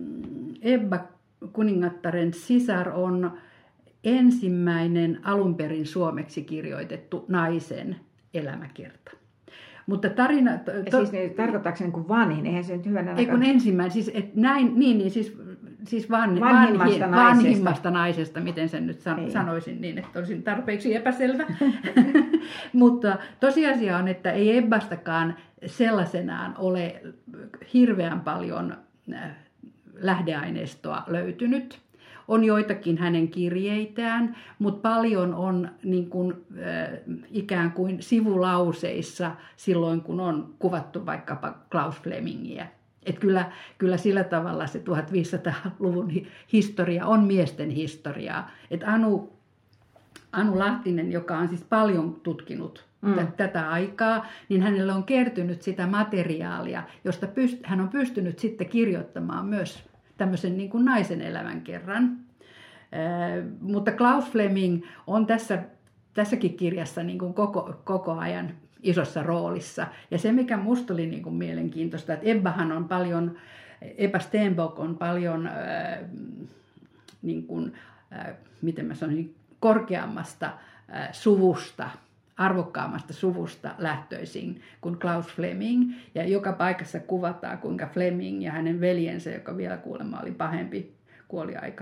Ebba kuningattaren sisar on ensimmäinen alun perin suomeksi kirjoitettu naisen elämäkerta. Mutta tarina... To, ja siis niin, tarkoittaako se niin kuin vanhin? Eihän se nyt hyvänä... Ei kun ensimmäinen, siis et näin, niin, niin siis, siis van, vanhimmasta, vanhi, naisesta. vanhimmasta naisesta, miten sen nyt san, sanoisin niin, että olisin tarpeeksi epäselvä. Mutta tosiasia on, että ei Ebbastakaan sellaisenaan ole hirveän paljon lähdeaineistoa löytynyt. On joitakin hänen kirjeitään, mutta paljon on niin kuin, äh, ikään kuin sivulauseissa silloin, kun on kuvattu vaikkapa Klaus Flemingiä. Et kyllä, kyllä sillä tavalla se tuhatviisisataaluvun historia on miesten historiaa. Et Anu, Anu Lahtinen, joka on siis paljon tutkinut mm. t- tätä aikaa, niin hänelle on kertynyt sitä materiaalia, josta pyst- hän on pystynyt sitten kirjoittamaan myös tämmöisen niin kuin naisen elämän kerran. Ee, mutta Klaus Fleming on tässä, tässäkin kirjassa niin kuin koko, koko ajan isossa roolissa. Ja se, mikä musta oli niin kuin mielenkiintoista, että Ebbahan on paljon, Ebba Stenbock on paljon, äh, niin kuin, äh, miten mä sanoisin, korkeammasta äh, suvusta, arvokkaammasta suvusta lähtöisin kuin Klaus Fleming. Ja joka paikassa kuvataan, kuinka Fleming ja hänen veljensä, joka vielä kuulemma oli pahempi, kuoli aika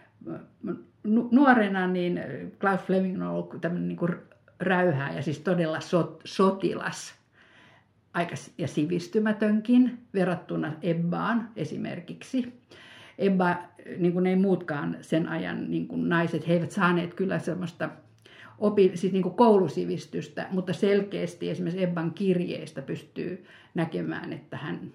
nuorena, niin Klaus Fleming on ollut tämmöinen niin kuin räyhää ja siis todella sot, sotilas aika ja sivistymätönkin verrattuna Ebbaan esimerkiksi. Ebba, niin kuin ei muutkaan sen ajan niin kuin naiset, he eivät saaneet kyllä semmoista Opi, siis niin kuin koulusivistystä, mutta selkeästi esimerkiksi Ebban kirjeistä pystyy näkemään, että hän,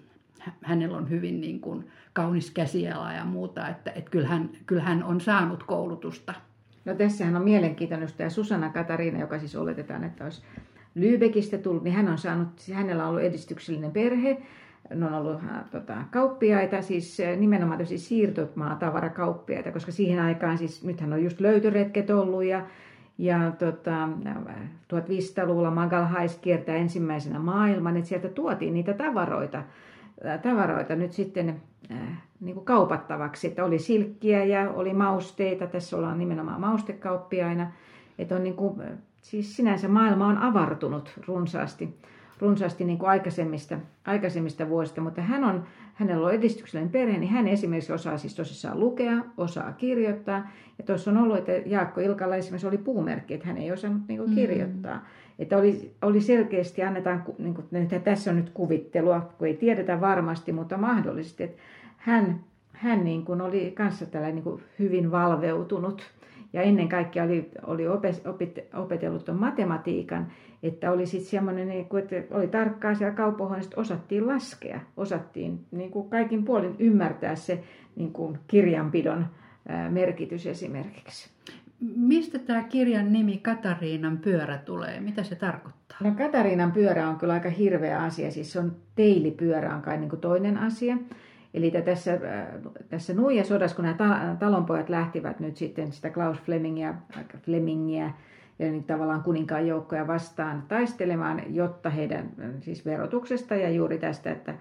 hänellä on hyvin niin kuin kaunis käsiala ja muuta, että, että kyllä, hän, kyllä hän on saanut koulutusta. No tässähän on mielenkiintoinen tämä Susanna Katariina, joka siis oletetaan, että olisi Lübeckistä tullut, niin hän on saanut, hänellä on ollut edistyksellinen perhe, ne on ollut äh, tota, kauppiaita, siis äh, nimenomaan tosi siirtomaatavarakauppiaita, koska siihen aikaan, siis nythän on just löytöretket ollut ja, ja tota, tuhatviisisataaluvulla Magalhães kiertää ensimmäisenä maailman, että sieltä tuotiin niitä tavaroita, äh, tavaroita nyt sitten äh, niin kuin kaupattavaksi, että oli silkkiä ja oli mausteita, tässä ollaan nimenomaan maustekauppiaina, että on niin kuin, siis sinänsä maailma on avartunut runsaasti. runsaasti niin kuin aikaisemmista, aikaisemmista vuosista, mutta hän on, hänellä on edistyksellinen perhe, niin hän esimerkiksi osaa siis tosissaan lukea, osaa kirjoittaa. Ja tuossa on ollut, että Jaakko Ilkalla esimerkiksi oli puumerkki, että hän ei osannut niin kuin kirjoittaa. Mm-hmm. Että oli, oli selkeästi, annetaan, niin kuin, että tässä on nyt kuvittelua, kun ei tiedetä varmasti, mutta mahdollisesti, että hän, hän niin kuin oli kanssa tällainen niin kuin hyvin valveutunut. Ja ennen kaikkea oli, oli opetellut tuon matematiikan, että oli sitten semmoinen, että oli tarkkaa siellä kauppahuoneessa, että osattiin laskea, osattiin niin kuin kaikin puolin ymmärtää se niin kuin kirjanpidon merkitys esimerkiksi. Mistä tämä kirjan nimi Katariinan pyörä tulee? Mitä se tarkoittaa? No Katariinan pyörä on kyllä aika hirveä asia, siis se on teilipyörä on kai niin kuin toinen asia. Eli tässä, tässä Nuijasodassa, kun nämä talonpojat lähtivät nyt sitten sitä Klaus Flemingia, Flemingia ja niin tavallaan kuninkaan joukkoja vastaan taistelemaan, jotta heidän siis verotuksesta ja juuri tästä, että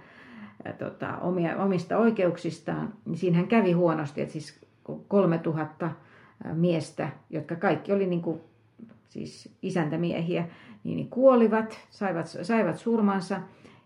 tota, omia, omista oikeuksistaan, niin siinähän kävi huonosti, että siis kolmetuhatta miestä, jotka kaikki oli niin kuin, siis isäntämiehiä, niin, niin kuolivat, saivat, saivat surmansa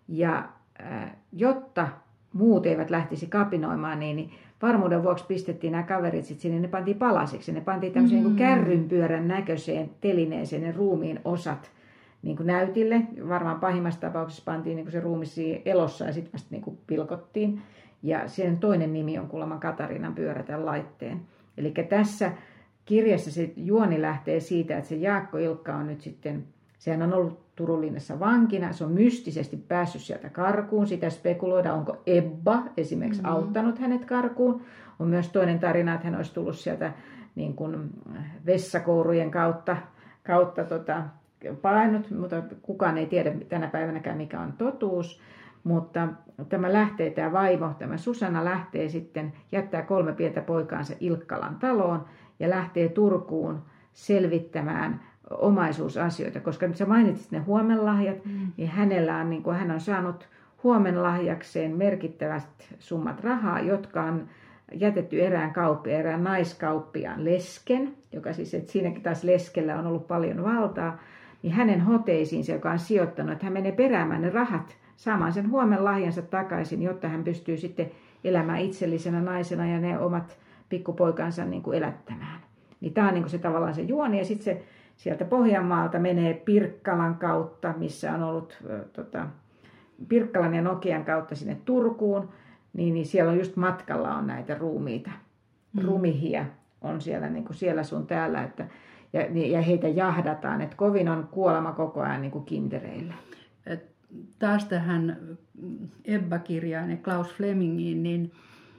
ja äh, jotta muut eivät lähtisi kapinoimaan, niin, niin varmuuden vuoksi pistettiin nämä kaverit sitten sinne, ne pantiin palasiksi. Ne pantiin tämmöiseen mm-hmm. niin kuin kärrynpyörän näköiseen telineeseen ne ruumiin osat niin kuin näytille. Varmaan pahimmassa tapauksessa pantiin niin kuin se ruumi elossa ja sitten vasta niin kuin pilkottiin. Ja sen toinen nimi on kuulemma Katariinan pyörä tämän laitteen. Eli tässä kirjassa se juoni lähtee siitä, että se Jaakko Ilkka on nyt sitten, sehän on ollut Turun linnassa vankina, se on mystisesti päässyt sieltä karkuun, sitä spekuloidaan, onko Ebba esimerkiksi mm-hmm. auttanut hänet karkuun. On myös toinen tarina, että hän olisi tullut sieltä niin kuin vessakourujen kautta, kautta tota, painut, mutta kukaan ei tiedä tänä päivänäkään mikä on totuus. Mutta tämä lähtee, tämä vaimo, tämä Susanna lähtee sitten, jättää kolme pientä poikaansa Ilkkalan taloon ja lähtee Turkuun selvittämään omaisuusasioita, koska nyt sä mainitsit ne huomenlahjat, mm. niin hänellä on, niin kuin hän on saanut huomenlahjakseen merkittävät summat rahaa, jotka on jätetty erään kauppiaan, erään naiskauppiaan lesken, joka siis, että siinäkin taas leskellä on ollut paljon valtaa, niin hänen hoteisiinsa, joka on sijoittanut, että hän menee peräämään ne rahat, saamaan sen huomenlahjansa takaisin, jotta hän pystyy sitten elämään itsellisenä naisena ja ne omat pikkupoikansa niin kuin elättämään. Niin tämä on niin kuin se tavallaan se juoni ja sitten se sieltä Pohjanmaalta menee Pirkkalan kautta, missä on ollut tota, Pirkkalan ja Nokian kautta sinne Turkuun, niin, niin siellä on just matkalla on näitä ruumiita. Mm. Rumihia on siellä, niin kuin siellä sun täällä, että, ja, ja heitä jahdataan, että kovin on kuolema koko ajan niin kuin kintereillä. Et taas tähän Ebba-kirjaan ja Klaus Flemingiin, niin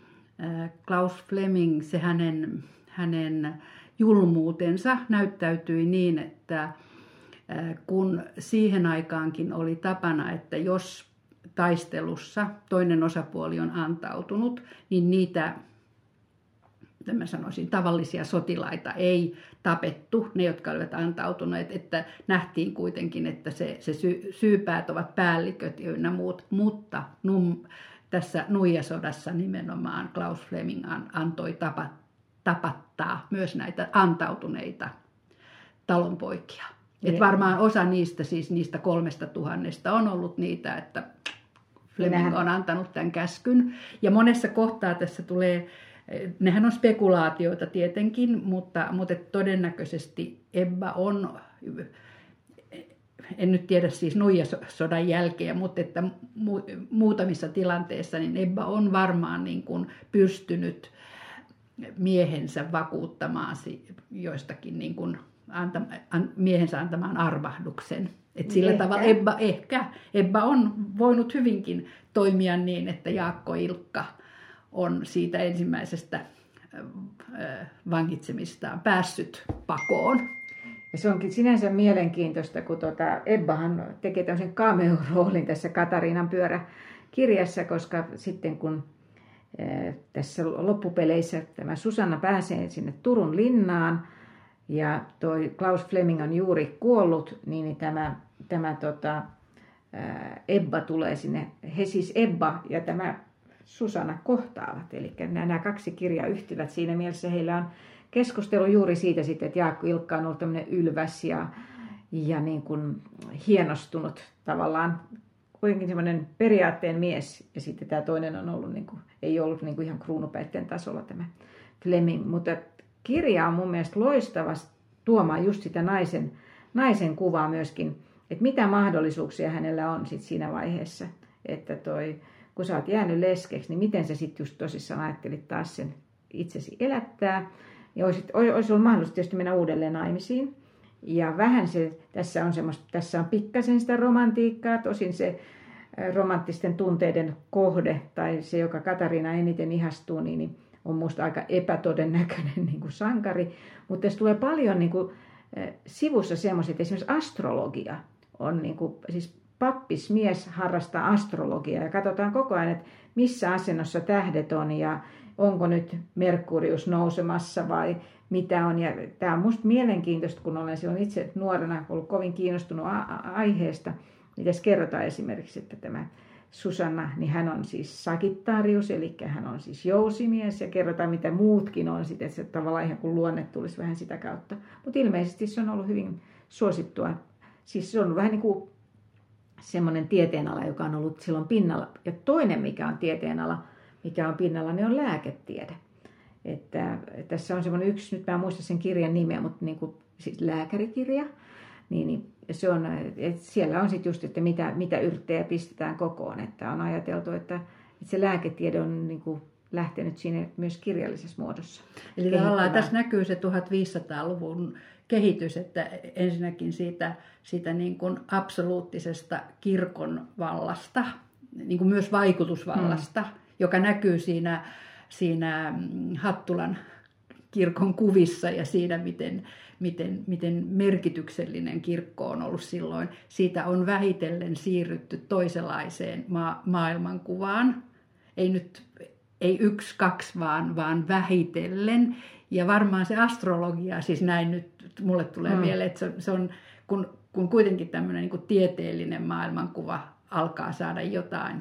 äh, Klaus Fleming, se hänen, hänen julmuutensa näyttäytyi niin, että kun siihen aikaankin oli tapana, että jos taistelussa toinen osapuoli on antautunut, niin niitä, mä sanoisin, tavallisia sotilaita ei tapettu, ne jotka olivat antautuneet, että nähtiin kuitenkin, että se, se sy, syypäät ovat päälliköt ynnä muut, mutta num, tässä Nuijasodassa nimenomaan Klaus Fleming antoi tapat, tapattaa myös näitä antautuneita talonpoikia. Et varmaan osa niistä, siis niistä kolmesta tuhannesta on ollut niitä, että Fleming on antanut tämän käskyn. Ja monessa kohtaa tässä tulee, nehän on spekulaatioita tietenkin, mutta, mutta todennäköisesti Ebba on, en nyt tiedä siis Nuijasodan jälkeen, mutta että muutamissa tilanteissa niin Ebba on varmaan niin kuin pystynyt miehensä vakuuttamaan joistakin niin kuin anta, an, miehensä antamaan armahduksen. Et sillä ehkä. tavalla Ebba, ehkä, Ebba on voinut hyvinkin toimia niin, että Jaakko Ilkka on siitä ensimmäisestä vangitsemistaan päässyt pakoon. Ja se onkin sinänsä mielenkiintoista, kun tuota, Ebbahan tekee tämmöisen cameo-roolin tässä Katariinan pyöräkirjassa, koska sitten kun ää, tässä loppupeleissä tämä Susanna pääsee sinne Turun linnaan ja toi Klaus Fleming on juuri kuollut, niin, niin tämä, tämä tota, ää, Ebba tulee sinne. He siis Ebba ja tämä Susanna kohtaavat, eli nämä kaksi kirjaa yhtyvät siinä mielessä. Heillä on keskustelu juuri siitä sitten, että Jaakko Ilkka on ollut tämmöinen ylväs ja, ja niin kuin hienostunut tavallaan, kuitenkin semmoinen periaatteen mies. Ja sitten tämä toinen on ollut, niin kuin, ei ollut niin kuin ihan kruunupäitten tasolla tämä Fleming. Mutta kirja on mun mielestä loistavasti tuomaan just sitä naisen, naisen kuvaa myöskin, että mitä mahdollisuuksia hänellä on sit siinä vaiheessa, että toi, kun sä oot jäänyt leskeksi, niin miten sä sitten just tosissaan ajattelit taas sen itsesi elättää. Ja olisi, olisi ollut mahdollista tietysti mennä uudelleen naimisiin. Ja vähän se, tässä on semmoista, tässä on pikkasen sitä romantiikkaa, tosin se romanttisten tunteiden kohde, tai se, joka Katariina eniten ihastuu, niin on musta aika epätodennäköinen niin kuin sankari. Mutta tässä tulee paljon niin kuin, sivussa semmoiset, esimerkiksi astrologia on, niin kuin, siis pappismies harrastaa astrologiaa, ja katsotaan koko ajan, että missä asennossa tähdet on, ja onko nyt Merkurius nousemassa vai mitä on. Ja tämä on musta mielenkiintoista, kun olen silloin itse nuorena ollut kovin kiinnostunut a- aiheesta. Niin tässä kerrotaan esimerkiksi, että tämä Susanna, niin hän on siis Sagittarius, eli hän on siis jousimies, ja kerrotaan mitä muutkin on sitten, että se tavallaan ihan kuin luonne tulisi vähän sitä kautta. Mutta ilmeisesti se on ollut hyvin suosittua. Siis se on vähän niin kuin semmoinen tieteenala, joka on ollut silloin pinnalla. Ja toinen, mikä on tieteenala, mikä on pinnalla, niin on lääketiede. Että, tässä on semmoinen yksi, nyt mä en muista sen kirjan nimeä, mutta niin kuin, siis lääkärikirja. Niin, niin se on, että siellä on sitten just, että mitä, mitä yrttejä pistetään kokoon. Että on ajateltu, että, että se lääketiede on niin kuin lähtenyt siinä myös kirjallisessa muodossa. Eli tavallaan tässä näkyy se tuhatviisisataaluvun kehitys, että ensinnäkin siitä, siitä niin kuin absoluuttisesta kirkon vallasta, niin kuin myös vaikutusvallasta, hmm. joka näkyy siinä, siinä Hattulan kirkon kuvissa ja siinä, miten, miten, miten merkityksellinen kirkko on ollut silloin. Siitä on vähitellen siirrytty toisenlaiseen ma- maailmankuvaan. Ei nyt ei yksi, kaksi, vaan, vaan vähitellen. Ja varmaan se astrologia, siis näin nyt mulle tulee mm. mieleen, että se, se on, kun, kun kuitenkin tämmöinen niin kuin tieteellinen maailmankuva alkaa saada jotain,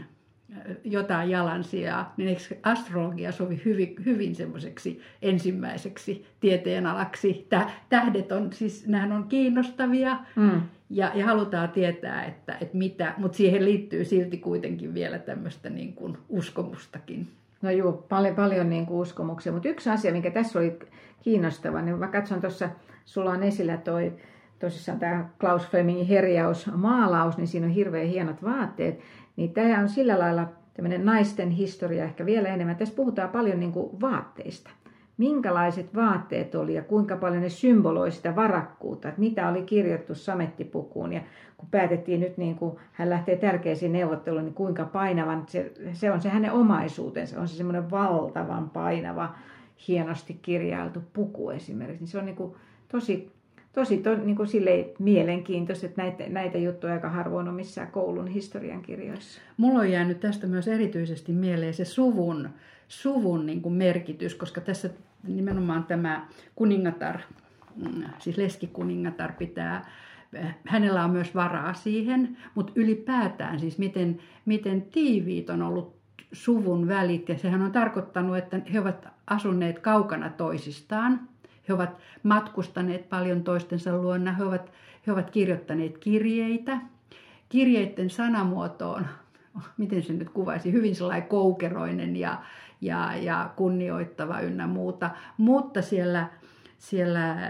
jotain jalansijaa, niin eikö astrologia sovi hyvin, hyvin semmoiseksi ensimmäiseksi tieteenalaksi? Tähdet on, siis nämähän on kiinnostavia mm. ja, ja halutaan tietää, että, että mitä, mutta siihen liittyy silti kuitenkin vielä tämmöistä niin kuin uskomustakin. No joo, paljon, paljon niin kuin uskomuksia, mutta yksi asia, mikä tässä oli kiinnostava, niin mä katson tuossa, sulla on esillä toi, tosissaan tämä Klaus Flemingin herjausmaalaus, niin siinä on hirveän hienot vaatteet, niin tämä on sillä lailla tämmöinen naisten historia ehkä vielä enemmän. Tässä puhutaan paljon niin kuin vaatteista. Minkälaiset vaatteet oli ja kuinka paljon ne symboloi sitä varakkuutta, että mitä oli kirjoittu samettipukuun. Ja kun päätettiin nyt, niin kun hän lähtee tärkeisiin neuvotteluun, niin kuinka painavan, se, se on se hänen omaisuutensa, on se semmoinen valtavan painava, hienosti kirjailtu puku esimerkiksi. Niin se on niin kuin tosi, tosi to, niin kuin silleen mielenkiintoista, että näitä, näitä juttuja aika harvoin on missään koulun historiankirjoissa. Mulla on jäänyt tästä myös erityisesti mieleen se suvun, suvun niin kuin merkitys, koska tässä nimenomaan tämä kuningatar, siis leskikuningatar pitää, hänellä on myös varaa siihen, mutta ylipäätään siis miten, miten tiiviit on ollut suvun välit, ja sehän on tarkoittanut, että he ovat asuneet kaukana toisistaan, he ovat matkustaneet paljon toistensa luona, he ovat, he ovat kirjoittaneet kirjeitä, kirjeiden sanamuotoon, miten se nyt kuvaisi, hyvin sellainen koukeroinen ja, ja, ja kunnioittava ynnä muuta, mutta siellä, siellä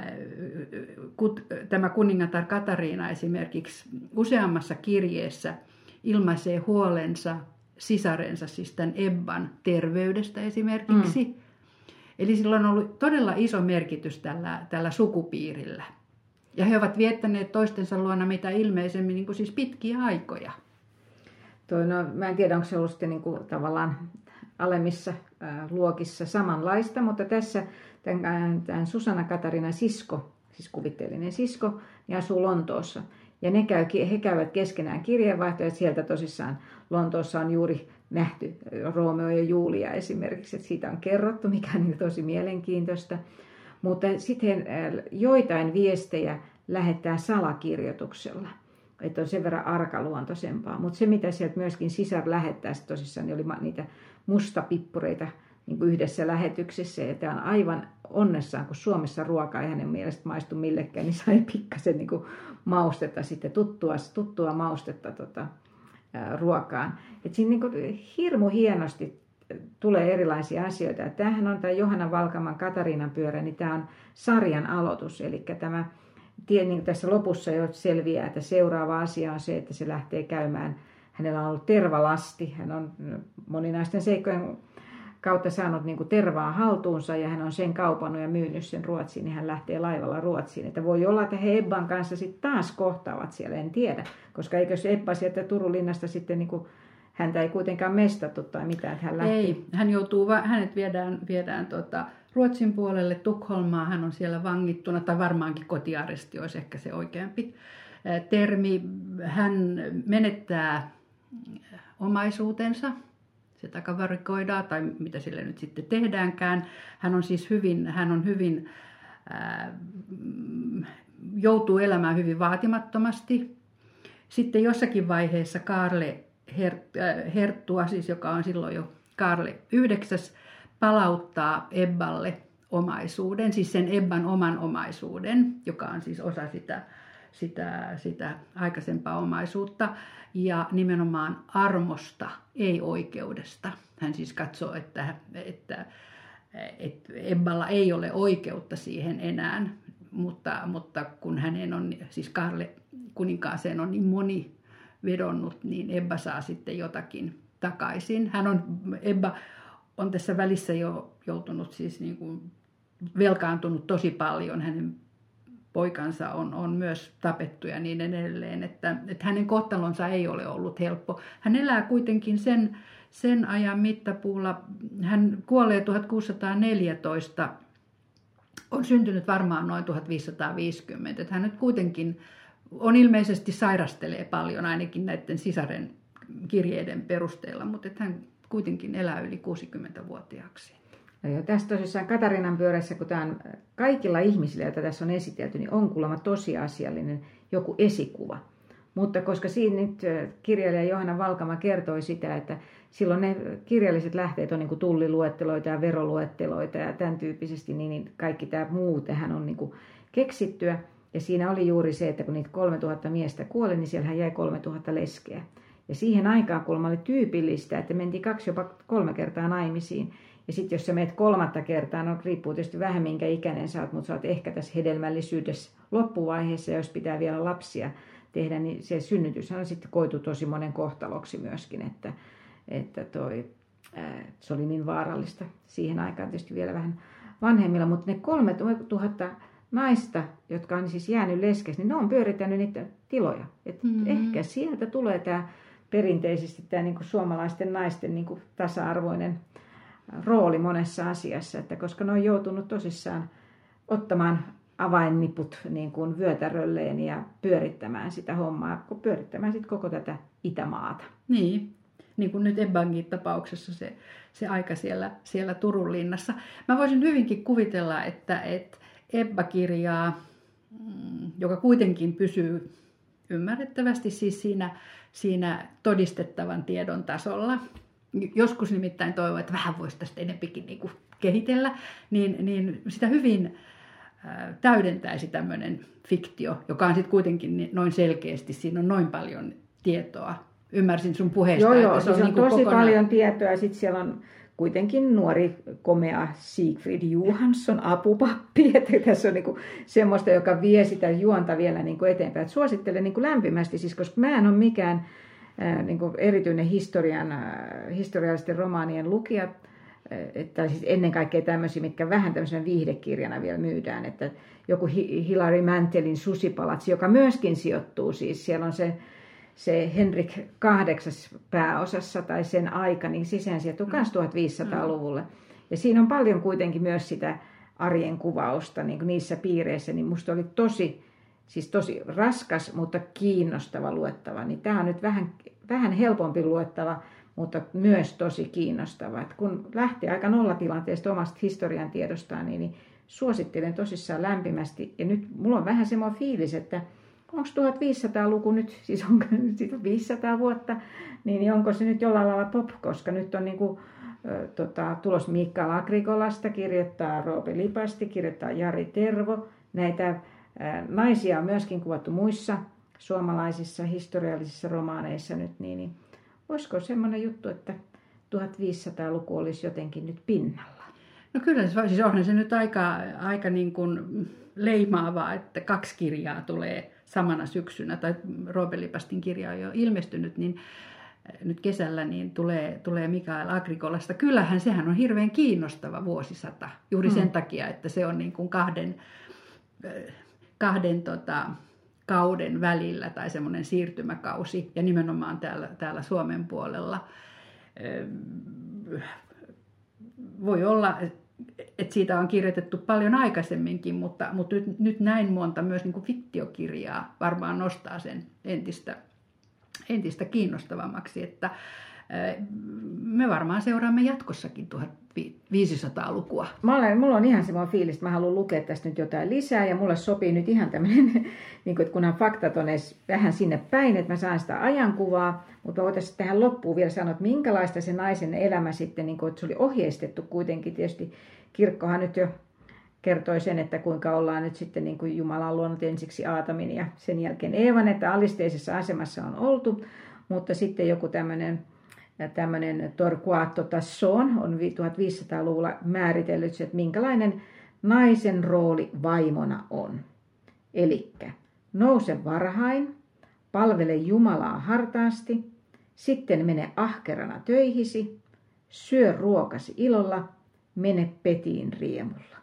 kut, tämä kuningatar Katariina esimerkiksi useammassa kirjeessä ilmaisee huolensa sisarensa, siis tämän Ebban terveydestä esimerkiksi. Mm. Eli sillä on ollut todella iso merkitys tällä, tällä sukupiirillä. Ja he ovat viettäneet toistensa luona mitä ilmeisemmin niin kuin siis pitkiä aikoja. Toi, no, mä en tiedä, onko se ollut sitten niin kuin tavallaan alemmissa ää, luokissa samanlaista, mutta tässä tämän, tämän Susanna Katarinan sisko, siis kuvitteellinen sisko, niin asuu Lontoossa. Ja ne käy, he käyvät keskenään kirjeenvaihtoja, että sieltä tosissaan Lontoossa on juuri nähty Romeo ja Julia esimerkiksi, että siitä on kerrottu, mikä on tosi mielenkiintoista. Mutta sitten joitain viestejä lähettää salakirjoituksella, että on sen verran arkaluontoisempaa. Mutta se, mitä sieltä myöskin sisar lähettää, tosissaan niin oli niitä mustapippureita niin kuin yhdessä lähetyksessä. Ja tämä on aivan onnessaan, kun Suomessa ruoka ei hänen mielestä maistu millekään, niin sai pikkasen niin kuin maustetta sitten, tuttua, tuttua maustetta tota, ää, ruokaan. Et siinä niin kuin hirmu hienosti tulee erilaisia asioita. Ja tämähän on tämä Johanna Valkaman Katariinan pyörä, niin tämä on sarjan aloitus. Eli tämä, niin kuin tässä lopussa jo selviää, että seuraava asia on se, että se lähtee käymään. Hänellä on ollut tervalasti. Hän on moninaisten seikkojen kautta saanut niin kuin tervaa haltuunsa ja hän on sen kaupannut ja myynyt sen Ruotsiin, niin hän lähtee laivalla Ruotsiin. Että voi olla, että he Ebban kanssa sitten taas kohtaavat siellä, en tiedä. Koska eikö se Ebba sieltä Turun linnasta sitten, niin kuin, häntä ei kuitenkaan mestattu tai mitään, että hän lähti. Ei, hän joutuu, hänet viedään, viedään tuota, Ruotsin puolelle Tukholmaan, hän on siellä vangittuna, tai varmaankin kotiaresti olisi ehkä se oikeampi termi. Hän menettää omaisuutensa. Se takavarikoidaan tai mitä sille nyt sitten tehdäänkään. Hän on siis hyvin, hän on hyvin ää, joutuu elämään hyvin vaatimattomasti. Sitten jossakin vaiheessa Kaarle Herttua, siis joka on silloin jo Kaarle yhdeksäs, palauttaa Ebballe omaisuuden, siis sen Ebban oman omaisuuden, joka on siis osa sitä, sitä, sitä aikaisempaa omaisuutta. Ja nimenomaan armosta, ei oikeudesta. Hän siis katsoo, että, että, että Ebballa ei ole oikeutta siihen enää, mutta, mutta kun hänen on, siis Kaarle kuninkaaseen on niin moni vedonnut, niin Ebba saa sitten jotakin takaisin. Hän on, Ebba on tässä välissä jo joutunut siis niin kuin velkaantunut tosi paljon. Hänen poikansa on, on myös tapettu ja niin edelleen, että, että hänen kohtalonsa ei ole ollut helppo. Hän elää kuitenkin sen, sen ajan mittapuulla. Hän kuolee tuhatkuusisataaneljätoista, on syntynyt varmaan noin tuhatviisisataaviisikymmentä. Että hän nyt kuitenkin on ilmeisesti sairastelee paljon, ainakin näiden sisaren kirjeiden perusteella, mutta että hän kuitenkin elää yli kuusikymmentävuotiaaksi. Ja tässä tosissaan Katariinan pyörässä, kun tämä on kaikilla ihmisillä, joita tässä on esitelty, niin on kuulemma tosiasiallinen joku esikuva. Mutta koska siinä nyt kirjailija Johanna Valkama kertoi sitä, että silloin ne kirjalliset lähteet on niin kuin tulliluetteloita ja veroluetteloita ja tämän tyyppisesti, niin kaikki tämä muu tähän on niin kuin keksittyä. Ja siinä oli juuri se, että kun niitä kolmetuhatta miestä kuoli, niin siellähän jäi kolmetuhatta leskeä. Ja siihen aikaan kuulemma oli tyypillistä, että mentiin kaksi jopa kolme kertaa naimisiin. Ja sitten jos sä meet kolmatta kertaa, no riippuu tietysti vähän minkä ikäinen sä oot, mutta sä oot ehkä tässä hedelmällisyydessä loppuvaiheessa, ja jos pitää vielä lapsia tehdä, niin se synnytyshän on sitten koitu tosi monen kohtaloksi myöskin, että, että toi, ää, se oli niin vaarallista siihen aikaan tietysti vielä vähän vanhemmilla, mutta ne kolmetuhatta naista, jotka on siis jäänyt leskeksi, niin ne on pyörittänyt niitä tiloja. Et mm-hmm. Ehkä sieltä tulee tämä perinteisesti tämä niinku suomalaisten naisten niinku tasa-arvoinen rooli monessa asiassa, että koska ne on joutunut tosissaan ottamaan avainniput niin kuin vyötärölleen ja pyörittämään sitä hommaa, pyörittämään sitten koko tätä Itämaata. Niin, niin kuin nyt Ebbankin tapauksessa se, se aika siellä, siellä Turun linnassa. Mä voisin hyvinkin kuvitella, että, että Ebba-kirjaa, joka kuitenkin pysyy ymmärrettävästi siis siinä, siinä todistettavan tiedon tasolla, joskus nimittäin toivon, että vähän voisi tästä enempikin niin kuin kehitellä, niin, niin sitä hyvin ä, täydentäisi tämmöinen fiktio, joka on sitten kuitenkin noin selkeästi, siinä on noin paljon tietoa. Ymmärsin sun puheesta, joo, joo, että se on, on niin tosi kokonaan paljon tietoa, ja sitten siellä on kuitenkin nuori, komea Sigfrid Johansson, apupappi, että tässä on niin kuin semmoista, joka vie sitä juonta vielä niin kuin eteenpäin. Et suosittelen niin kuin lämpimästi, siis, koska mä en ole mikään niin kuin erityinen historian, historiallisten romaanien lukija, että siis ennen kaikkea tämmöisiä, mitkä vähän tämmöisenä viihdekirjana vielä myydään, että joku Hilary Mantelin Susipalatsi, joka myöskin sijoittuu siis, siellä on se, se Henrik kahdeksas pääosassa tai sen aika, niin sisään sijoittuu myös tuhatviisisataaluvulle. Ja siinä on paljon kuitenkin myös sitä arjen kuvausta niin kuin niissä piireissä, niin musta oli tosi, siis tosi raskas, mutta kiinnostava luettava. Niin tämä on nyt vähän, vähän helpompi luettava, mutta myös tosi kiinnostava. Et kun lähtee aika nollatilanteesta omasta historian tiedostaan, niin, niin suosittelen tosissaan lämpimästi. Ja nyt mulla on vähän semmoinen fiilis, että onko tuhatviisisataaluku nyt, siis onko siitä viisisataa vuotta, niin onko se nyt jollain lailla top, koska nyt on niin kuin, tota, tulos Mikael Agrikolasta, kirjoittaa Roope Lipasti, kirjoittaa Jari Tervo. Näitä ää, naisia on myöskin kuvattu muissa suomalaisissa historiallisissa romaaneissa nyt, niin, niin olisiko semmoinen juttu, että tuhatviisisataaluku olisi jotenkin nyt pinnalla? No kyllä, siis onhan se nyt aika, aika niin kuin leimaavaa, että kaksi kirjaa tulee samana syksynä, tai Roope Lipastin kirja on jo ilmestynyt, niin nyt kesällä niin tulee, tulee Mikael Agrikolasta. Kyllähän sehän on hirveän kiinnostava vuosisata, juuri sen mm. takia, että se on niin kuin kahden, kahden tota, kauden välillä tai semmoinen siirtymäkausi, ja nimenomaan täällä, täällä Suomen puolella. Voi olla, että siitä on kirjoitettu paljon aikaisemminkin, mutta, mutta nyt, nyt näin monta myös niin kuin fiktiokirjaa varmaan nostaa sen entistä, entistä kiinnostavammaksi, että me varmaan seuraamme jatkossakin tuhatviisisataalukua. Mulla on ihan semmoinen fiilis, että mä haluan lukea tästä nyt jotain lisää, ja mulle sopii nyt ihan tämmöinen, niin kuin, että kunhan faktat on edes vähän sinne päin, että mä saan sitä ajankuvaa, mutta voitaisiin tähän loppuun vielä sanoa, että minkälaista se naisen elämä sitten, niin kuin, että se oli ohjeistettu kuitenkin. Tietysti kirkkohan nyt jo kertoi sen, että kuinka ollaan nyt sitten niin kuin Jumala on luonut ensiksi Aatamin ja sen jälkeen Eevan, että alisteisessa asemassa on oltu, mutta sitten joku tämmöinen tämmöinen Torquato Tassone on tuhatviisisataaluvulla määritellyt, että minkälainen naisen rooli vaimona on. Elikkä nouse varhain, palvele Jumalaa hartaasti, sitten mene ahkerana töihisi, syö ruokasi ilolla, mene petiin riemulla.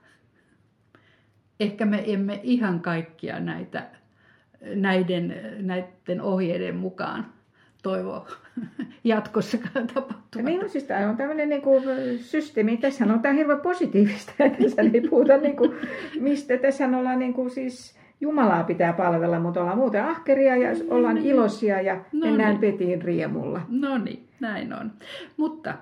Ehkä me emme ihan kaikkia näitä, näiden, näiden ohjeiden mukaan toivo jatkossakaan tapahtumaan. Niin on siis tämä on tämmöinen niin kuin systeemi. Tässä on tämä hirveän positiivista. Tässä ei puhuta niin kuin, mistä. Tässä ollaan niin kuin, siis Jumalaa pitää palvella, mutta ollaan muuten ahkeria ja ollaan iloisia ja no mennään niin. Petiin riemulla. No niin, näin on. Mutta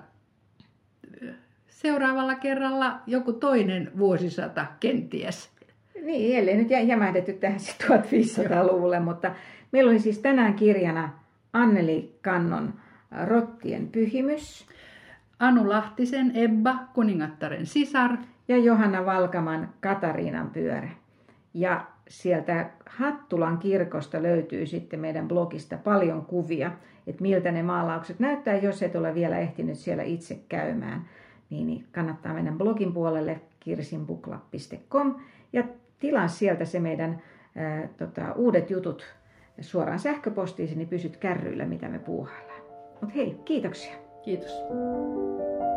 seuraavalla kerralla joku toinen vuosisata kenties. Niin, ellei nyt jämähdetty tähän tuhatviisisataaluvulle, mutta meillä oli siis tänään kirjana Anneli Kannon Rottien pyhimys, Anu Lahtisen Ebba, kuningattaren sisar, ja Johanna Valkaman Katariinan pyörä. Ja sieltä Hattulan kirkosta löytyy sitten meidän blogista paljon kuvia, että miltä ne maalaukset näyttää, jos et ole vielä ehtinyt siellä itse käymään. Niin kannattaa mennä blogin puolelle kirsinbuklab piste com ja tilaa sieltä se meidän ää, tota, uudet jutut suoraan sähköpostiisi, niin pysyt kärryillä, mitä me puuhaillaan. Mutta hei, kiitoksia. Kiitos.